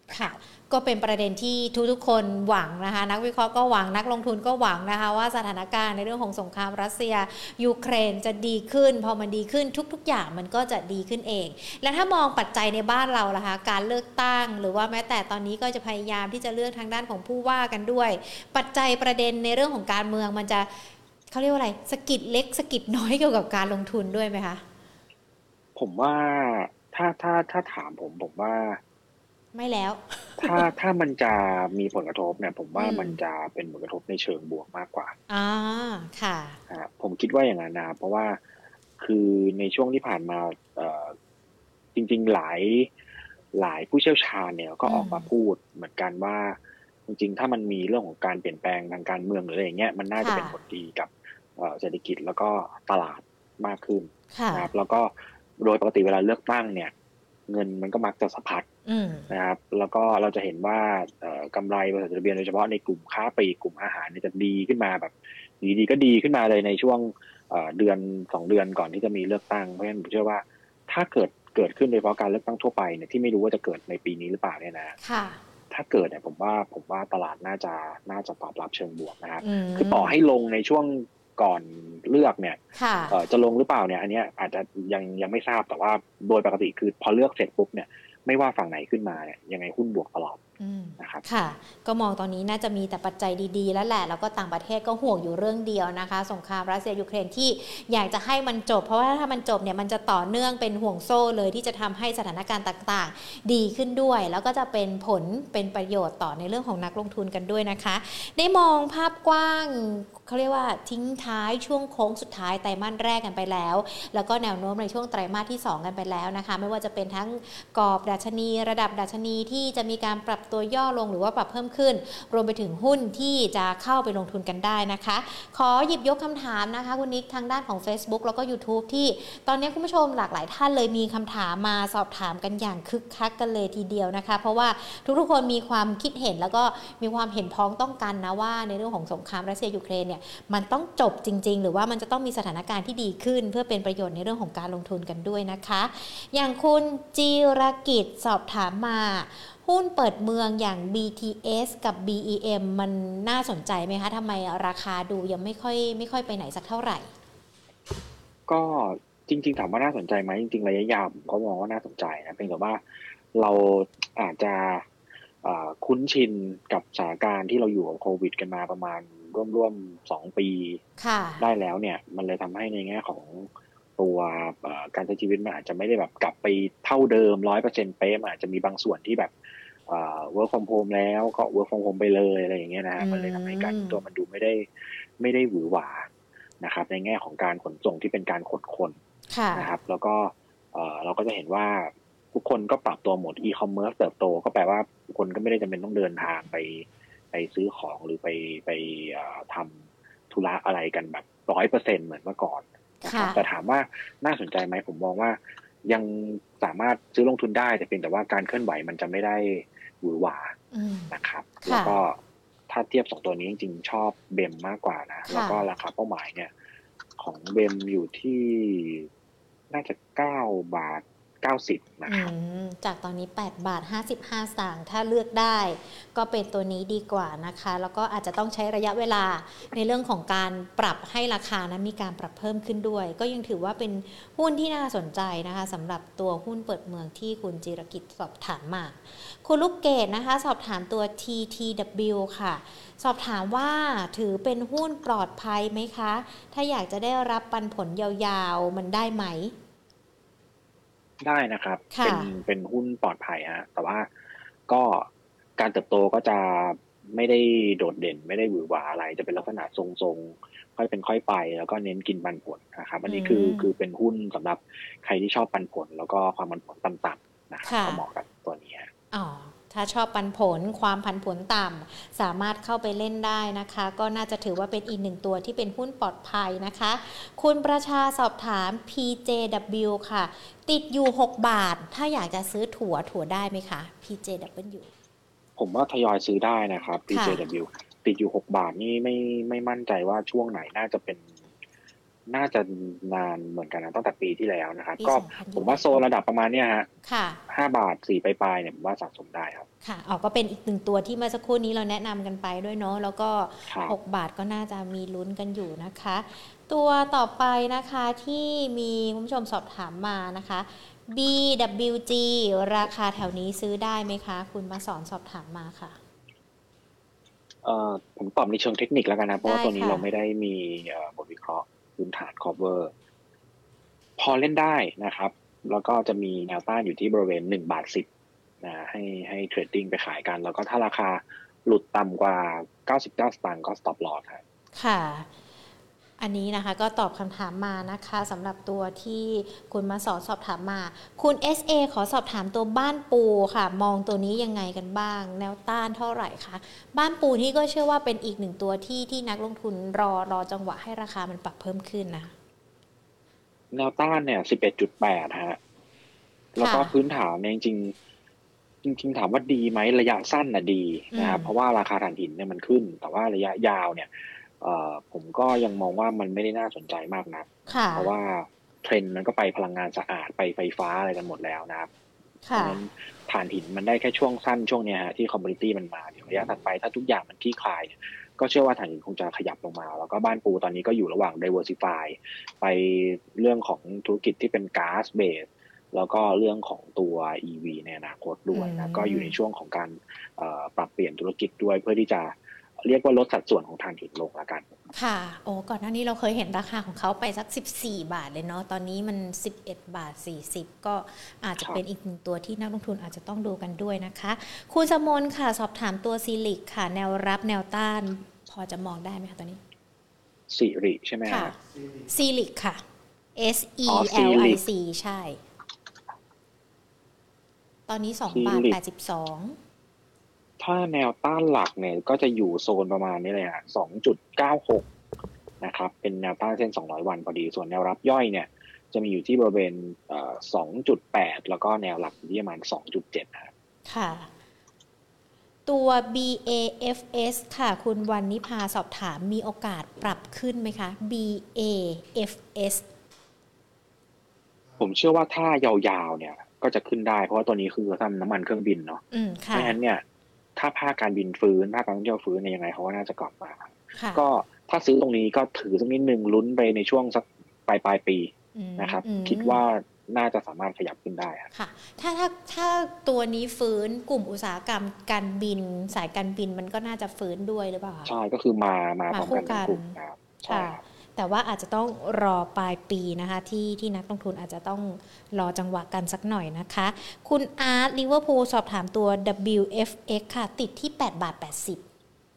ค่ะก็เป็นประเด็นที่ทุกๆคนหวังนะคะนักวิเคราะห์ก็หวังนักลงทุนก็หวังนะคะว่าสถานการณ์ในเรื่องของสงครามรัสเซียยูเครนจะดีขึ้นพอมันดีขึ้นทุกๆอย่างมันก็จะดีขึ้นเองและถ้ามองปัจจัยในบ้านเราล่ะคะการเลือกตั้งหรือว่าแม้แต่ตอนนี้ก็จะพยายามที่จะเลือกทางด้านของผู้ว่ากันด้วยปัจจัยประเด็นในเรื่องของการเมืองมันจะเขาเรียกว่าอะไรสกิดเล็กสกิดน้อยเกี่ยวกับการลงทุนด้วยไหมคะผมว่าถ้าถ้าถ้าถามผมผมว่าไม่แล้วถ้าถ้ามันจะมีผลกระทบเนี่ยผมว่ามันจะเป็นผลกระทบในเชิงบวกมากกว่าอ่าค่ะผมคิดว่าอย่างนั้นนะเพราะว่าคือในช่วงที่ผ่านมาจริงๆหลายหลายผู้เชี่ยวชาญเนี่ยก็ออกมาพูดเหมือนกันว่าจริงๆถ้ามันมีเรื่องของการเปลี่ยนแปลงทางการเมืองหรืออะไรอย่างเงี้ยมันน่าจะเป็นผลดีกับเศรษฐกิจแล้วก็ตลาดมากขึ้นนะครับแล้วก็โดยปกติเวลาเลือกตั้งเนี่ยเงินมันก็มักจะสะพัดนะครับแล้วก็เราจะเห็นว่ากำไรบริษัทจดทะเบียนโดยเฉพาะในกลุ่มค้าปลีกกลุ่มอาหารเนี่ยจะดีขึ้นมาแบบดีๆก็ดีขึ้นมาเลยในช่วงเดือนสองเดือนก่อนที่จะมีเลือกตั้งเพราะฉะนั้นผมเชื่อว่าถ้าเกิดเกิดขึ้นโดยเฉพาะการเลือกตั้งทั่วไปเนี่ยที่ไม่รู้ว่าจะเกิดในปีนี้หรือเปล่าเนี่ยนะถ้าเกิดเนี่ยผมว่าผมว่าตลาดน่าจะน่าจะตอบรับเชิงบวกนะครับคือต่อให้ลงในช่วงก่อนเลือกเนี่ยจะลงหรือเปล่าเนี่ยอันนี้อาจจะยังยังไม่ทราบแต่ว่าโดยปกติคือพอเลือกเสร็จปุ๊บเนี่ยไม่ว่าฝั่งไหนขึ้นมาเนี่ยยังไงหุ้นบวกตลอดนะครับค่ะก็มองตอนนี้น่าจะมีแต่ปัจจัยดีๆแล้วแหละแล้วก็ต่างประเทศก็ห่วงอยู่เรื่องเดียวนะคะสงครามรัสเซียยูเครนที่อยากจะให้มันจบเพราะว่าถ้ามันจบเนี่ยมันจะต่อเนื่องเป็นห่วงโซ่เลยที่จะทำให้สถานการณ์ต่างๆดีขึ้นด้วยแล้วก็จะเป็นผลเป็นประโยชน์ต่อในเรื่องของนักลงทุนกันด้วยนะคะได้มองภาพกว้างเขาเรียกว่าทิ้งท้ายช่วงโค้งสุดท้ายไตรมาสแรกกันไปแล้วแล้วก็แนวโน้มในช่วงไตรมาสที่สองกันไปแล้วนะคะไม่ว่าจะเป็นทั้งกรอบดัชนีระดับดัชนีที่จะมีการปรับตัวย่อลงหรือว่าปรับเพิ่มขึ้นรวมไปถึงหุ้นที่จะเข้าไปลงทุนกันได้นะคะขอหยิบยกคำถามนะคะคุณนิกทางด้านของ Facebook แล้วก็ YouTube ที่ตอนนี้คุณผู้ชมหลากหลายท่านเลยมีคำถามมาสอบถามกันอย่างคึกคักกันเลยทีเดียวนะคะเพราะว่าทุกๆคนมีความคิดเห็นแล้วก็มีความเห็นพ้องต้องกันนะว่าในเรื่องของสงครามรัสเซียยูเครนเนี่ยมันต้องจบจริงๆหรือว่ามันจะต้องมีสถานการณ์ที่ดีขึ้นเพื่อเป็นประโยชน์ในเรื่องของการลงทุนกันด้วยนะคะอย่างคุณจิรกิจสอบถามมาหุ้นเปิดเมืองอย่าง บี ที เอส กับ บี อี เอ็ม มันน่าสนใจไหมคะทำไมราคาดูยังไม่ค่อยไม่ค่อยไปไหนสักเท่าไหร่ก็จริงๆถามว่าน่าสนใจไหมจริงๆระยะยาวผมก็มองว่าน่าสนใจนะเพียงแต่ว่าเราอาจจะคุ้นชินกับสถานการณ์ที่เราอยู่กับโควิดกันมาประมาณร่วมๆสองปีได้แล้วเนี่ยมันเลยทำให้ในแง่ของตัวการใช้ชีวิตมันอาจจะไม่ได้แบบกลับไปเท่าเดิม ร้อยเปอร์เซ็นต์ เป๊ะอาจจะมีบางส่วนที่แบบwork from home แล้วก็ work from home ไปเลยอะไรอย่างเงี้ยนะมันเลยทำให้การตัวมันดูไม่ได้ไม่ได้หวือหวานะครับในแง่ของการขนส่งที่เป็นการขนคนนะครับแล้วก็เราก็จะเห็นว่าทุกคนก็ปรับตัวหมด e-commerce เติบโตก็แปลว่าคนก็ไม่ได้จำเป็นต้องเดินทางไปไปซื้อของหรือไปไปทำธุระอะไรกันแบบ ร้อยเปอร์เซ็นต์ เหมือนเมื่อก่อนนะครับแต่ถามว่าน่าสนใจไหมผมมองว่ายังสามารถซื้อลงทุนได้แต่เพียงแต่ว่าการเคลื่อนไหวมันจะไม่ได้หวือหวานะครับแล้วก็ถ้าเทียบสองตัวนี้จริงๆชอบเบมมากกว่านะแล้วก็ราคาเป้าหมายเนี่ยของเบมอยู่ที่น่าจะเก้าบาทเก้าสิบนะครับจากตอนนี้แปดบาทห้าสิบห้าสตางค์ถ้าเลือกได้ก็เป็นตัวนี้ดีกว่านะคะแล้วก็อาจจะต้องใช้ระยะเวลาในเรื่องของการปรับให้ราคานั้นมีการปรับเพิ่มขึ้นด้วยก็ยังถือว่าเป็นหุ้นที่น่าสนใจนะคะสำหรับตัวหุ้นเปิดเมืองที่คุณจิรกิจสอบถามมาคุณลูกเกดนะคะสอบถามตัว ที ที ดับเบิลยู ค่ะสอบถามว่าถือเป็นหุ้นปลอดภัยไหมคะถ้าอยากจะได้รับปันผลยาวๆมันได้ไหมได้นะครับเป็นเป็นหุ้นปลอดภัยฮะแต่ว่าก็การเติบโตก็จะไม่ได้โดดเด่นไม่ได้หวือหวาอะไรจะเป็นลักษณะทรงๆค่อยเป็นค่อยไปแล้วก็เน้นกินปันผลนะครับอันนี้คือคือเป็นหุ้นสำหรับใครที่ชอบปันผลแล้วก็ความปันผลต่ำๆนะครับก็เหมาะกับตัวนี้อ๋อถ้าชอบปันผลความผันผวนต่ำสามารถเข้าไปเล่นได้นะคะก็น่าจะถือว่าเป็นอีกหนึ่งตัวที่เป็นหุ้นปลอดภัยนะคะคุณประชาสอบถาม พี เจ ดับเบิลยู ค่ะติดอยู่หกบาทถ้าอยากจะซื้อถั่วถั่วได้ไหมคะ พี เจ ดับเบิลยูผมว่าทยอยซื้อได้นะครับ พี เจ ดับเบิลยู ติดอยู่หกบาทนี่ไม่ไม่มั่นใจว่าช่วงไหนน่าจะเป็นน่าจะนานเหมือนกันนะตั้งแต่ปีที่แล้วนะครับก็ผมว่าโซนระดับประมาณเนี้ยฮะห้าบาทสี่ปลายๆเนี่ยผมว่าสะสมได้ครับค่ะอ๋อก็เป็นอีกหนึ่งตัวที่เมื่อสักครู่นี้เราแนะนำกันไปด้วยเนาะแล้วก็หกบาทก็น่าจะมีลุ้นกันอยู่นะคะตัวต่อไปนะคะที่มีคุณผู้ชมสอบถามมานะคะ บี ดับเบิลยู จี ราคาแถวนี้ซื้อได้ไหมคะคุณมาสอนสอบถามมาค่ะเอ่อผมตอบในเชิงเทคนิคแล้วกันนะเพราะว่าตัวนี้เราไม่ได้มีบทวิเคราะห์พื้นฐาน cover พอเล่นได้นะครับแล้วก็จะมีแนวต้านอยู่ที่บริเวณหนึ่งบาทสิบนะให้ให้เทรดดิ้งไปขายกันแล้วก็ถ้าราคาหลุดต่ำกว่าเก้าสิบเก้าสตางค์ก็ stop loss ครับค่ะอันนี้นะคะก็ตอบคำถามมานะคะสำหรับตัวที่คุณมาสอนสอบถามมาคุณ เอส เอ ขอสอบถามตัวบ้านปูค่ะมองตัวนี้ยังไงกันบ้างแนวต้านเท่าไหร่คะบ้านปูนี่ก็เชื่อว่าเป็นอีกหนึ่งตัวที่ที่นักลงทุนรอรอจังหวะให้ราคามันปรับเพิ่มขึ้นนะแนวต้านเนี่ย สิบเอ็ดจุดแปด ฮะแล้วก็พื้นฐานเนี่ยจริงจริงๆถามว่าดีไหมระยะสั้นน่ะดีนะครับเพราะว่าราคาถ่านหินเนี่ยมันขึ้นแต่ว่าระยะยาวเนี่ยเอ่อผมก็ยังมองว่ามันไม่ได้น่าสนใจมากนักเพราะว่าเทรนด์มันก็ไปพลังงานสะอาดไปไฟฟ้าอะไรกันหมดแล้วนะครับเพราะฉะนั้นถ่านหินมันได้แค่ช่วงสั้นช่วงนี้ฮะที่คอมมูนิตี้มันมาเดี๋ยวระยะถัดไปถ้าทุกอย่างมันคลี่คลายก็เชื่อว่าถ่านหินคงจะขยับลงมาแล้วก็บ้านปูตอนนี้ก็อยู่ระหว่าง diversify ไปเรื่องของธุรกิจที่เป็นก๊าซเบสแล้วก็เรื่องของตัว อี วี ในอนาคตด้วยนะก็อยู่ในช่วงของการปรับเปลี่ยนธุรกิจด้วยเพื่อที่จะเรียกว่าลดสัดส่วนของถ่านหินลงละกันค่ะโอ้ก่อนหน้านี้เราเคยเห็นราคาของเขาไปสักสิบสี่บาทเลยเนาะตอนนี้มันสิบเอ็ดบาทสี่สิบก็อาจจะเป็นอีกหนึ่งตัวที่นักลงทุนอาจจะต้องดูกันด้วยนะคะคุณสมนค่ะสอบถามตัวซีลิกค่ะแนวรับแนวต้านพอจะมองได้ไหมคะตอนนี้ซีริใช่ไหมค่ะซีลิกค่ะ S E L I C ใช่ตอนนี้สองบาทแปดสิบสองถ้าแนวต้านหลักเนี่ยก็จะอยู่โซนประมาณนี้เลยฮะ สองจุดเก้าหก นะครับเป็นแนวต้านเส้นสองร้อยวันพอดีส่วนแนวรับย่อยเนี่ยจะมีอยู่ที่บริเวณเอ่อ สองจุดแปด แล้วก็แนวหลักอยู่ที่ประมาณ สองจุดเจ็ด ครับค่ะตัว บี เอ เอฟ เอส ค่ะคุณวันนิพาสอบถามมีโอกาสปรับขึ้นไหมคะ บี เอ เอฟ เอสผมเชื่อว่าถ้ายาวๆเนี่ยก็จะขึ้นได้เพราะว่าตัวนี้คือทำน้ำมันเครื่องบินเนาะเพราะฉะนั้นเนี่ยถ้าภาคการบินฟื้นภาคการท่องเที่ยวฟื้นเนี่ยยังไงเขาก็น่าจะกลับมาก็ถ้าซื้อตรงนี้ก็ถือสักนิดนึงลุ้นไปในช่วงสักปลายปลายปีนะครับคิดว่าน่าจะสามารถขยับขึ้นได้ค่ะถ้าถ้าถ้าตัวนี้ฟื้นกลุ่มอุตสาหกรรมการบินสายการบินมันก็น่าจะฟื้นด้วยหรือเปล่าใช่ก็คือมามาพร้อมกันในกลุ่มครับใช่แต่ว่าอาจจะต้องรอปลายปีนะคะที่ที่นักลงทุนอาจจะต้องรอจังหวะกันสักหน่อยนะคะคุณอาร์ตลิเวอร์พูลสอบถามตัว ดับเบิลยู เอฟ เอ็กซ์ ค่ะติดที่แปดบาทแปดสิบ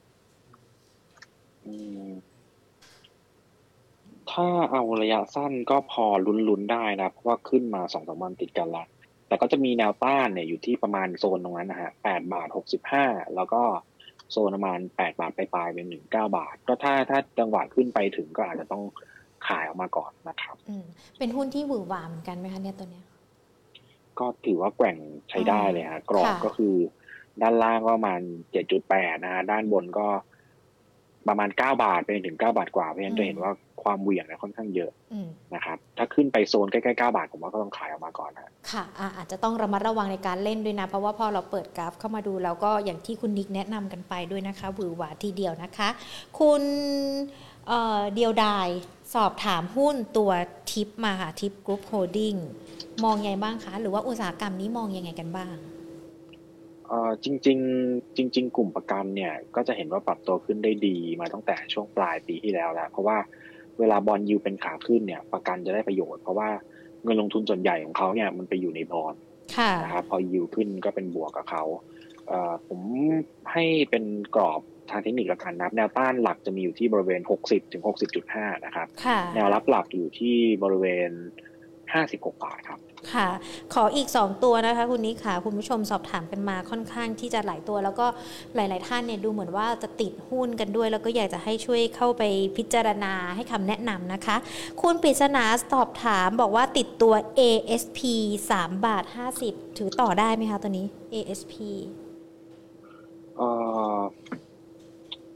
ถ้าเอาระยะสั้นก็พอลุ้นๆได้นะเพราะว่าขึ้นมา สองถึงสาม วันติดกันละแต่ก็จะมีแนวต้านเนี่ยอยู่ที่ประมาณโซนตรงนั้นนะฮะแปดบาทหกสิบห้าแล้วก็โซนประมาณแปดบาทปลายๆเป็นหนึ่งเก้าบาทก็ถ้าถ้าจังหวะขึ้นไปถึงก็อาจจะต้องขายออกมาก่อนนะครับเป็นหุ้นที่หวือหวาเหมือนกันไหมคะเนี่ยตัวเนี้ยก็ถือว่าแกว่งใช้ได้เลยฮะกรอบก็คือด้านล่างก็ประมาณ เจ็ดจุดแปด นะฮะด้านบนก็ประมาณเก้าบาทไปถึงเก้าบาทกว่าเพราะฉะนั้นจะเห็นว่าความเหวี่ยงเนี่ยค่อนข้างเยอะนะครับถ้าขึ้นไปโซนใกล้ๆเก้าบาทผมว่าก็ต้องขายออกมาก่อนนะค่ะอาจจะต้องระมัดระวังในการเล่นด้วยนะเพราะว่าพอเราเปิดกราฟเข้ามาดูแล้วก็อย่างที่คุณนิกแนะนำกันไปด้วยนะคะหวือหวาทีเดียวนะคะคุณเดียวดายสอบถามหุ้นตัวทิปมาค่ะทิปกรุ๊ปโฮลดิ้งมองยังไงบ้างคะหรือว่าอุตสาหกรรมนี้มองยังไงกันบ้างเอ่อจริงๆจริงๆกลุ่มประกันเนี่ยก็จะเห็นว่าปรับตัวขึ้นได้ดีมาตั้งแต่ช่วงปลายปีที่แล้วแล้วเพราะว่าเวลาบอนด์ยิลด์เป็นขาขึ้นเนี่ยประกันจะได้ประโยชน์เพราะว่าเงินลงทุนส่วนใหญ่ของเขาเนี่ยมันไปอยู่ในบอนด์นะครับพอยิลด์ขึ้นก็เป็นบวกกับเขาเอ่อผมให้เป็นกรอบทางเทคนิคละกันนะแนวต้านหลักจะมีอยู่ที่บริเวณหกสิบถึงหกสิบจุดห้านะครับแนวรับหลักอยู่ที่บริเวณห้าสิบหกบาทครับค่ะขออีกสองตัวนะคะคุณนิกค่ะคุณผู้ชมสอบถามกันมาค่อนข้างที่จะหลายตัวแล้วก็หลายๆท่านเนี่ยดูเหมือนว่าจะติดหุ้นกันด้วยแล้วก็อยากจะให้ช่วยเข้าไปพิจารณาให้คำแนะนำนะคะคุณปริศนาสอบถามบอกว่าติดตัว เอ เอส พี สามบาทห้าสิบถือต่อได้ไหมคะตัวนี้ เอ เอส พีเอ่อ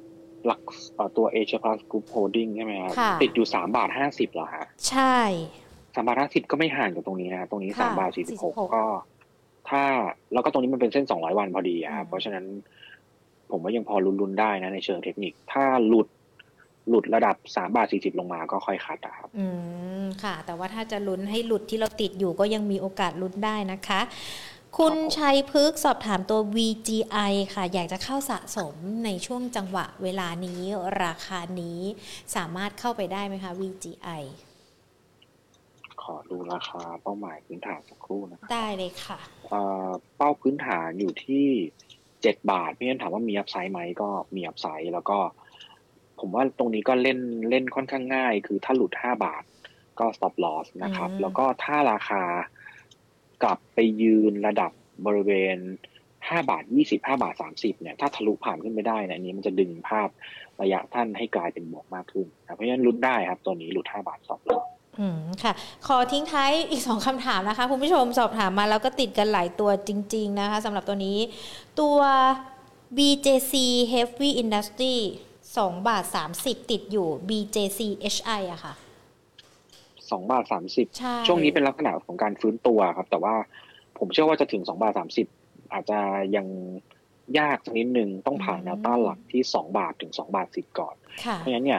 หลักตัวเอเชียพลัสกรุ๊ปโฮลดิ้งใช่ไหมครับติดอยู่สามบาทห้าสิบเหรอฮะใช่สามบาทห้าสิบก็ไม่ห่างจากตรงนี้นะตรงนี้สามบาทสี่สิบหกก็ถ้าแล้วก็ตรงนี้มันเป็นเส้นสองร้อยวันพอดีครับเพราะฉะนั้นผมว่ายังพอลุ้นๆได้นะในเชิงเทคนิคถ้าหลุดหลุดระดับสามบาทสี่สิบลงมาก็ค่อยคัดครับอืมค่ะแต่ว่าถ้าจะลุ้นให้หลุดที่เราติดอยู่ก็ยังมีโอกาสลุ้นได้นะคะคุณชัยพฤกษ์สอบถามตัว วี จี ไอ ค่ะอยากจะเข้าสะสมในช่วงจังหวะเวลานี้ราคานี้สามารถเข้าไปได้ไหมคะ วี จี ไอขอดูราคาเป้าหมายพื้นฐานสักครู่นะครับได้เลยค่ะเป้าพื้นฐานอยู่ที่เจ็ดบาทพี่นันถามว่ามีอัพไซด์ไหมก็มีอัพไซด์แล้วก็ผมว่าตรงนี้ก็เล่นเล่นค่อนข้างง่ายคือถ้าหลุดห้าบาทก็ stop loss นะครับแล้วก็ถ้าราคากลับไปยืนระดับบริเวณห้าบาทยี่สิบ ห้าบาทสามสิบเนี่ยถ้าทะลุผ่านขึ้นไปได้เนี่ยอันนี้มันจะดึงภาพระยะท่านให้กลายเป็นบวกมากขึ้นนะเพราะฉะนั้นลุ้นได้ครับตัวนี้หลุดห้าบาท stop loss อืมค่ะขอทิ้งท้ายอีกสองคำถามนะคะคุณผู้ชมสอบถามมาแล้วก็ติดกันหลายตัวจริงๆนะคะสำหรับตัวนี้ตัว บี เจ ซี Heavy Industry สองบาทสามสิบติดอยู่ บี เจ ซี เอช ไอ อะค่ะสองบาทสามสิบช่วงนี้เป็นลักษณะของการฟื้นตัวครับแต่ว่าผมเชื่อว่าจะถึงสองบาทสามสิบอาจจะยังยากสักนิดนึงต้องผ่านแนวต้านหลักที่สองบาทถึงสองบาทสิบก่อนเพราะฉะนั้นเนี่ย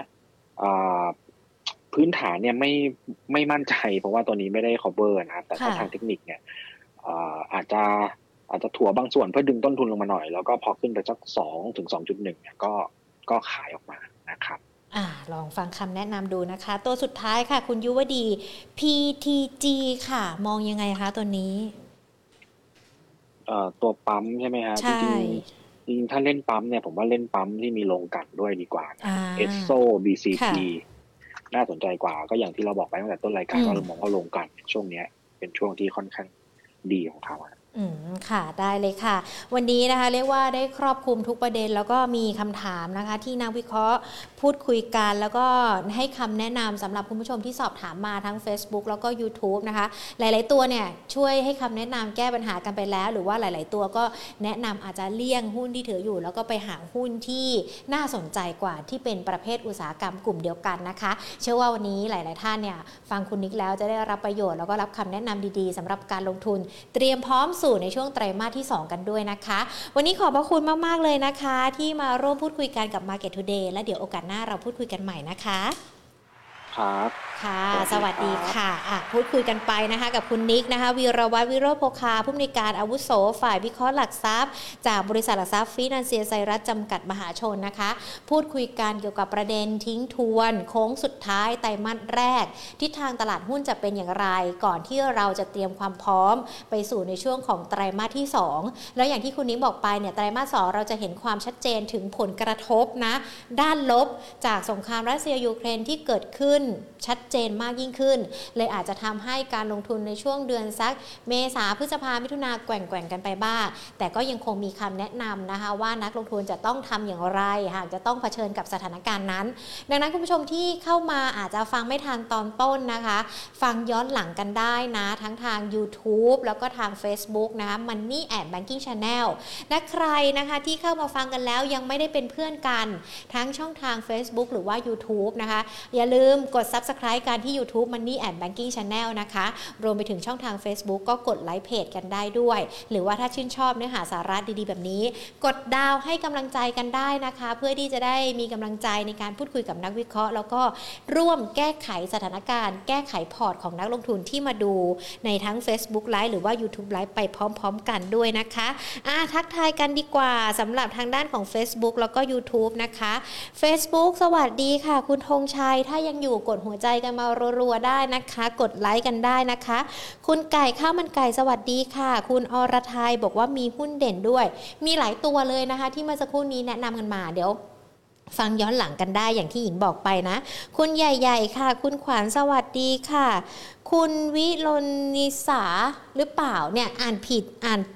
พื้นฐานเนี่ยไม่ไม่มั่นใจเพราะว่าตัวนี้ไม่ได้ cover นะครับแต่ถ้าทางเทคนิคเนี่ยอาจจะอาจจะถั่วบางส่วนเพื่อดึงต้นทุนลงมาหน่อยแล้วก็พอขึ้นไปสักสองถึงสองจุดหนึ่งเนี่ยก็ก็ขายออกมานะครับอ่าลองฟังคำแนะนำดูนะคะตัวสุดท้ายค่ะคุณยุวดี พี ที จี ค่ะมองยังไงคะตัวนี้เอ่อตัวปั๊มใช่ไหมฮะจริงจริงถ้าเล่นปั๊มเนี่ยผมว่าเล่นปั๊มที่มีโรงกลั่นด้วยดีกว่าเอสโซ บี ซี ที น่าสนใจกว่าก็อย่างที่เราบอกไปตั้งแต่ต้นรายการว่าเรามองว่าโรงกลั่นช่วงนี้เป็นช่วงที่ค่อนข้างดีของเขาอืมค่ะได้เลยค่ะวันนี้นะคะเรียกว่าได้ครอบคลุมทุกประเด็นแล้วก็มีคำถามนะคะที่นักวิเคราะห์พูดคุยกันแล้วก็ให้คำแนะนำสำหรับคุณผู้ชมที่สอบถามมาทั้ง Facebook แล้วก็ YouTube นะคะหลายๆตัวเนี่ยช่วยให้คำแนะนำแก้ปัญหากันไปแล้วหรือว่าหลายๆตัวก็แนะนำอาจจะเลี่ยงหุ้นที่ถืออยู่แล้วก็ไปหาหุ้นที่น่าสนใจกว่าที่เป็นประเภทอุตสาหกรรมกลุ่มเดียวกันนะคะเชื่อว่าวันนี้หลายๆท่านเนี่ยฟังคุณนิกแล้วจะได้รับประโยชน์แล้วก็รับคำแนะนำดีๆสำหรับการลงทุนเตรียมพร้อมสู่ในช่วงไตรมาสที่สองกันด้วยนะคะวันนี้ขอบพระคุณมากๆเลยนะคะที่มาร่วมพูดคุยกันกับ Market Today และเดี๋ยวโอกาสหน้าเราพูดคุยกันใหม่นะคะครับค่ะสวัสดีค่ะอ่ะพูดคุยกันไปนะคะกับคุณนิกนะคะวีรวัฒน์วิโรจน์โภคาผู้อำนวยการอาวุโสฝ่ายวิเคราะห์หลักทรัพย์จากบริษัทหลักทรัพย์ฟินันเซียไซรัสจำกัดมหาชนนะคะพูดคุยกันเกี่ยวกับประเด็นทิ้งทวนโค้งสุดท้ายไตรมาสแรกทิศทางตลาดหุ้นจะเป็นอย่างไรก่อนที่เราจะเตรียมความพร้อมไปสู่ในช่วงของไตรมาสที่สองแล้วอย่างที่คุณนิกบอกไปเนี่ยไตรมาสสองเราจะเห็นความชัดเจนถึงผลกระทบนะด้านลบจากสงครามรัสเซียยูเครนที่เกิดขึ้นชัดเจนมากยิ่งขึ้นเลยอาจจะทำให้การลงทุนในช่วงเดือนสักเมษาพฤษภามิถุนาแกว่งๆกันไปบ้างแต่ก็ยังคงมีคำแนะนำนะคะว่านักลงทุนจะต้องทำอย่างไรหากจะต้องเผชิญกับสถานการณ์นั้นดังนั้นคุณผู้ชมที่เข้ามาอาจจะฟังไม่ทันตอนต้นนะคะฟังย้อนหลังกันได้นะทั้งทาง YouTube แล้วก็ทาง Facebook นะคะ Money and Banking Channel และใครนะคะที่เข้ามาฟังกันแล้วยังไม่ได้เป็นเพื่อนกันทั้งช่องทาง Facebook หรือว่า YouTube นะคะอย่าลืมกด Subscribe กันที่ YouTube Money and Banking Channel นะคะรวมไปถึงช่องทาง Facebook ก็กดไลค์เพจกันได้ด้วยหรือว่าถ้าชื่นชอบเนื้อหาสาระดีๆแบบนี้กดดาวให้กำลังใจกันได้นะคะเพื่อที่จะได้มีกำลังใจในการพูดคุยกับนักวิเคราะห์แล้วก็ร่วมแก้ไขสถานการณ์แก้ไขพอร์ตของนักลงทุนที่มาดูในทั้ง Facebook Live หรือว่า YouTube Live ไปพร้อมๆกันด้วยนะคะอ่ะทักทายกันดีกว่าสำหรับทางด้านของ Facebook แล้วก็ YouTube นะคะ Facebook สวัสดีค่ะคุณธงชัยถ้ายังอยู่กดหัวใจกันมารัวๆได้นะคะกดไลค์กันได้นะคะคุณไก่ข้าวมันไก่สวัสดีค่ะคุณอรทัยบอกว่ามีหุ้นเด่นด้วยมีหลายตัวเลยนะคะที่เมื่อสักครู่นี้แนะนำกันมาเดี๋ยวฟังย้อนหลังกันได้อย่างที่หญิงบอกไปนะคุณใหญ่ๆค่ะคุณขวัญสวัสดีค่ะคุณวิลนิสาหรือเปล่าเนี่ยอ่านผิดอ่าน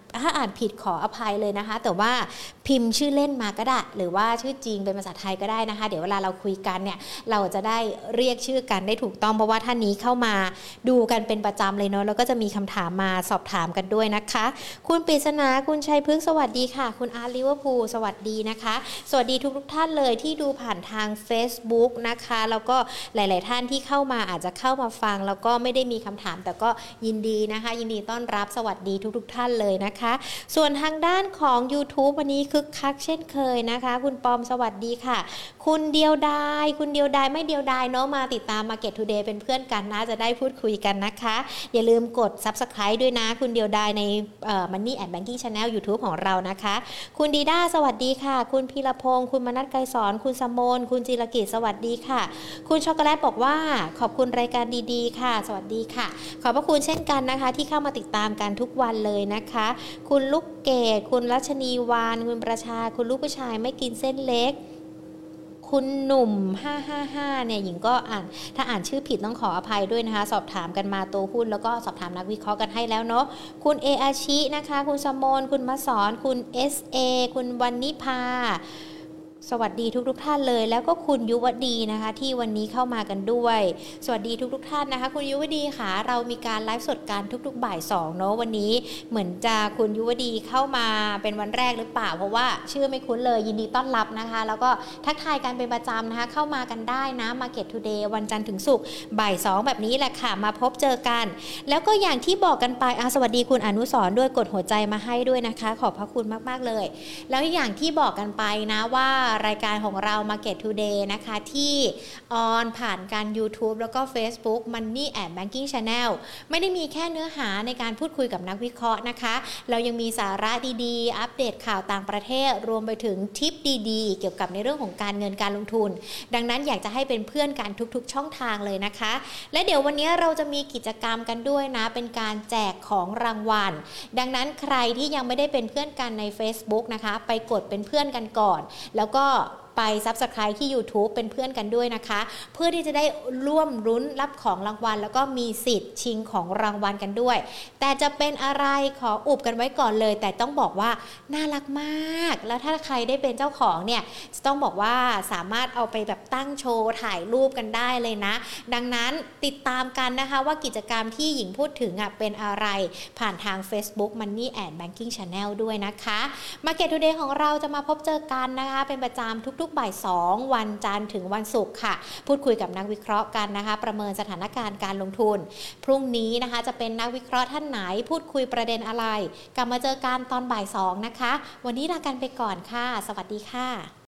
ถ้าอ่านผิดขออภัยเลยนะคะแต่ว่าพิมพ์ชื่อเล่นมาก็ได้หรือว่าชื่อจริงเป็นภาษาไทยก็ได้นะคะเดี๋ยวเวลาเราคุยกันเนี่ยเราจะได้เรียกชื่อกันได้ถูกต้องเพราะว่าท่านนี้เข้ามาดูกันเป็นประจำเลยเนาะแล้วก็จะมีคำถามมาสอบถามกันด้วยนะคะคุณปริศนาคุณชัยพฤกษ์สวัสดีค่ะคุณอาร์ลิเวอร์พูลสวัสดีนะคะสวัสดีทุกทุกท่านเลยที่ดูผ่านทาง Facebook นะคะแล้วก็หลายๆท่านที่เข้ามาอาจจะเข้ามาฟังแล้วก็ไม่ได้มีคำถามแต่ก็ยินดีนะคะยินดีต้อนรับสวัสดีทุกๆท่านเลยนะคะส่วนทางด้านของ YouTube วันนี้คึกคักเช่นเคยนะคะคุณปอมสวัสดีค่ะคุณเดียวดายคุณเดียวดายไม่เดียวดายเนาะมาติดตาม Market Today เป็นเพื่อนกันนะจะได้พูดคุยกันนะคะอย่าลืมกด Subscribe ด้วยนะคุณเดียวดายในเอ่อ Money and Banking Channel YouTube ของเรานะคะคุณดีด้าสวัสดีค่ะคุณพีรพงศ์คุณมนัสไกรสอนคุณสมนคุณจิรกิจสวัสดีค่ะคุณช็อกโกแลตบอกว่าขอบคุณรายการดีๆค่ะสวัสดีค่ะขอบพระคุณเช่นกันนะคะที่เข้ามาติดตามกันทุกวันเลยนะคะคุณลูกเกดคุณรัชนีวานคุณประชาคุณลูกผู้ชายไม่กินเส้นเล็กคุณหนุ่มห้าห้าห้าเนี่ยหญิงก็อ่านถ้าอ่านชื่อผิดต้องขออภัยด้วยนะคะสอบถามกันมาตัวหุ้นแล้วก็สอบถามนักวิเคราะห์กันให้แล้วเนาะคุณเออาชินะคะคุณสมนคุณมสอนคุณ เอส เอ คุณวันนิพาสวัสดีทุกๆท่านเลยแล้วก็คุณยุวดีนะคะที่วันนี้เข้ามากันด้วยสวัสดีทุกๆท่านนะคะคุณยุวดีค่ะเรามีการไลฟ์สดกันทุกๆบ่ายสองเนาะวันนี้เหมือนจะคุณยุวดีเข้ามาเป็นวันแรกหรือเปล่าเพราะว่าชื่อไม่คุ้นเลยยินดีต้อนรับนะคะแล้วก็ทักทายกันเป็นประจำนะคะเข้ามากันได้นะ Market Today วันจันทร์ถึงศุกร์บ่ายสองแบบนี้แหละค่ะมาพบเจอกันแล้วก็อย่างที่บอกกันไปอ่ะสวัสดีคุณอนุสรณ์ด้วยกดหัวใจมาให้ด้วยนะคะขอบพระคุณมากๆเลยแล้วอย่างที่บอกกันไปนะว่ารายการของเรา Market Today นะคะที่ออนผ่านการ YouTube แล้วก็ Facebook Money and Banking Channel ไม่ได้มีแค่เนื้อหาในการพูดคุยกับนักวิเคราะห์นะคะเรายังมีสาระดีๆอัปเดตข่าวต่างประเทศรวมไปถึงทิปดีๆเกี่ยวกับในเรื่องของการเงินการลงทุนดังนั้นอยากจะให้เป็นเพื่อนกันทุกๆช่องทางเลยนะคะและเดี๋ยววันนี้เราจะมีกิจกรรมกันด้วยนะเป็นการแจกของรางวัลดังนั้นใครที่ยังไม่ได้เป็นเพื่อนกันใน Facebook นะคะไปกดเป็นเพื่อนกันก่อนแล้วก็ไป Subscribe ที่ YouTube เป็นเพื่อนกันด้วยนะคะเพื่อที่จะได้ร่วมรุ้นรับของรางวัลแล้วก็มีสิทธิ์ชิงของรางวัลกันด้วยแต่จะเป็นอะไรขออุบกันไว้ก่อนเลยแต่ต้องบอกว่าน่ารักมากแล้วถ้าใครได้เป็นเจ้าของเนี่ยจะต้องบอกว่าสามารถเอาไปแบบตั้งโชว์ถ่ายรูปกันได้เลยนะดังนั้นติดตามกันนะคะว่ากิจกรรมที่หญิงพูดถึงอ่ะเป็นอะไรผ่านทาง Facebook Money and Banking Channel ด้วยนะคะ Market Today ของเราจะมาพบเจอกันนะคะเป็นประจำทุกๆบ่ายสองวันจันทร์ถึงวันศุกร์ค่ะพูดคุยกับนักวิเคราะห์กันนะคะประเมินสถานการณ์การลงทุนพรุ่งนี้นะคะจะเป็นนักวิเคราะห์ท่านไหนพูดคุยประเด็นอะไรกลับมาเจอกันตอนบ่ายสองนะคะวันนี้ลากันไปก่อนค่ะสวัสดีค่ะ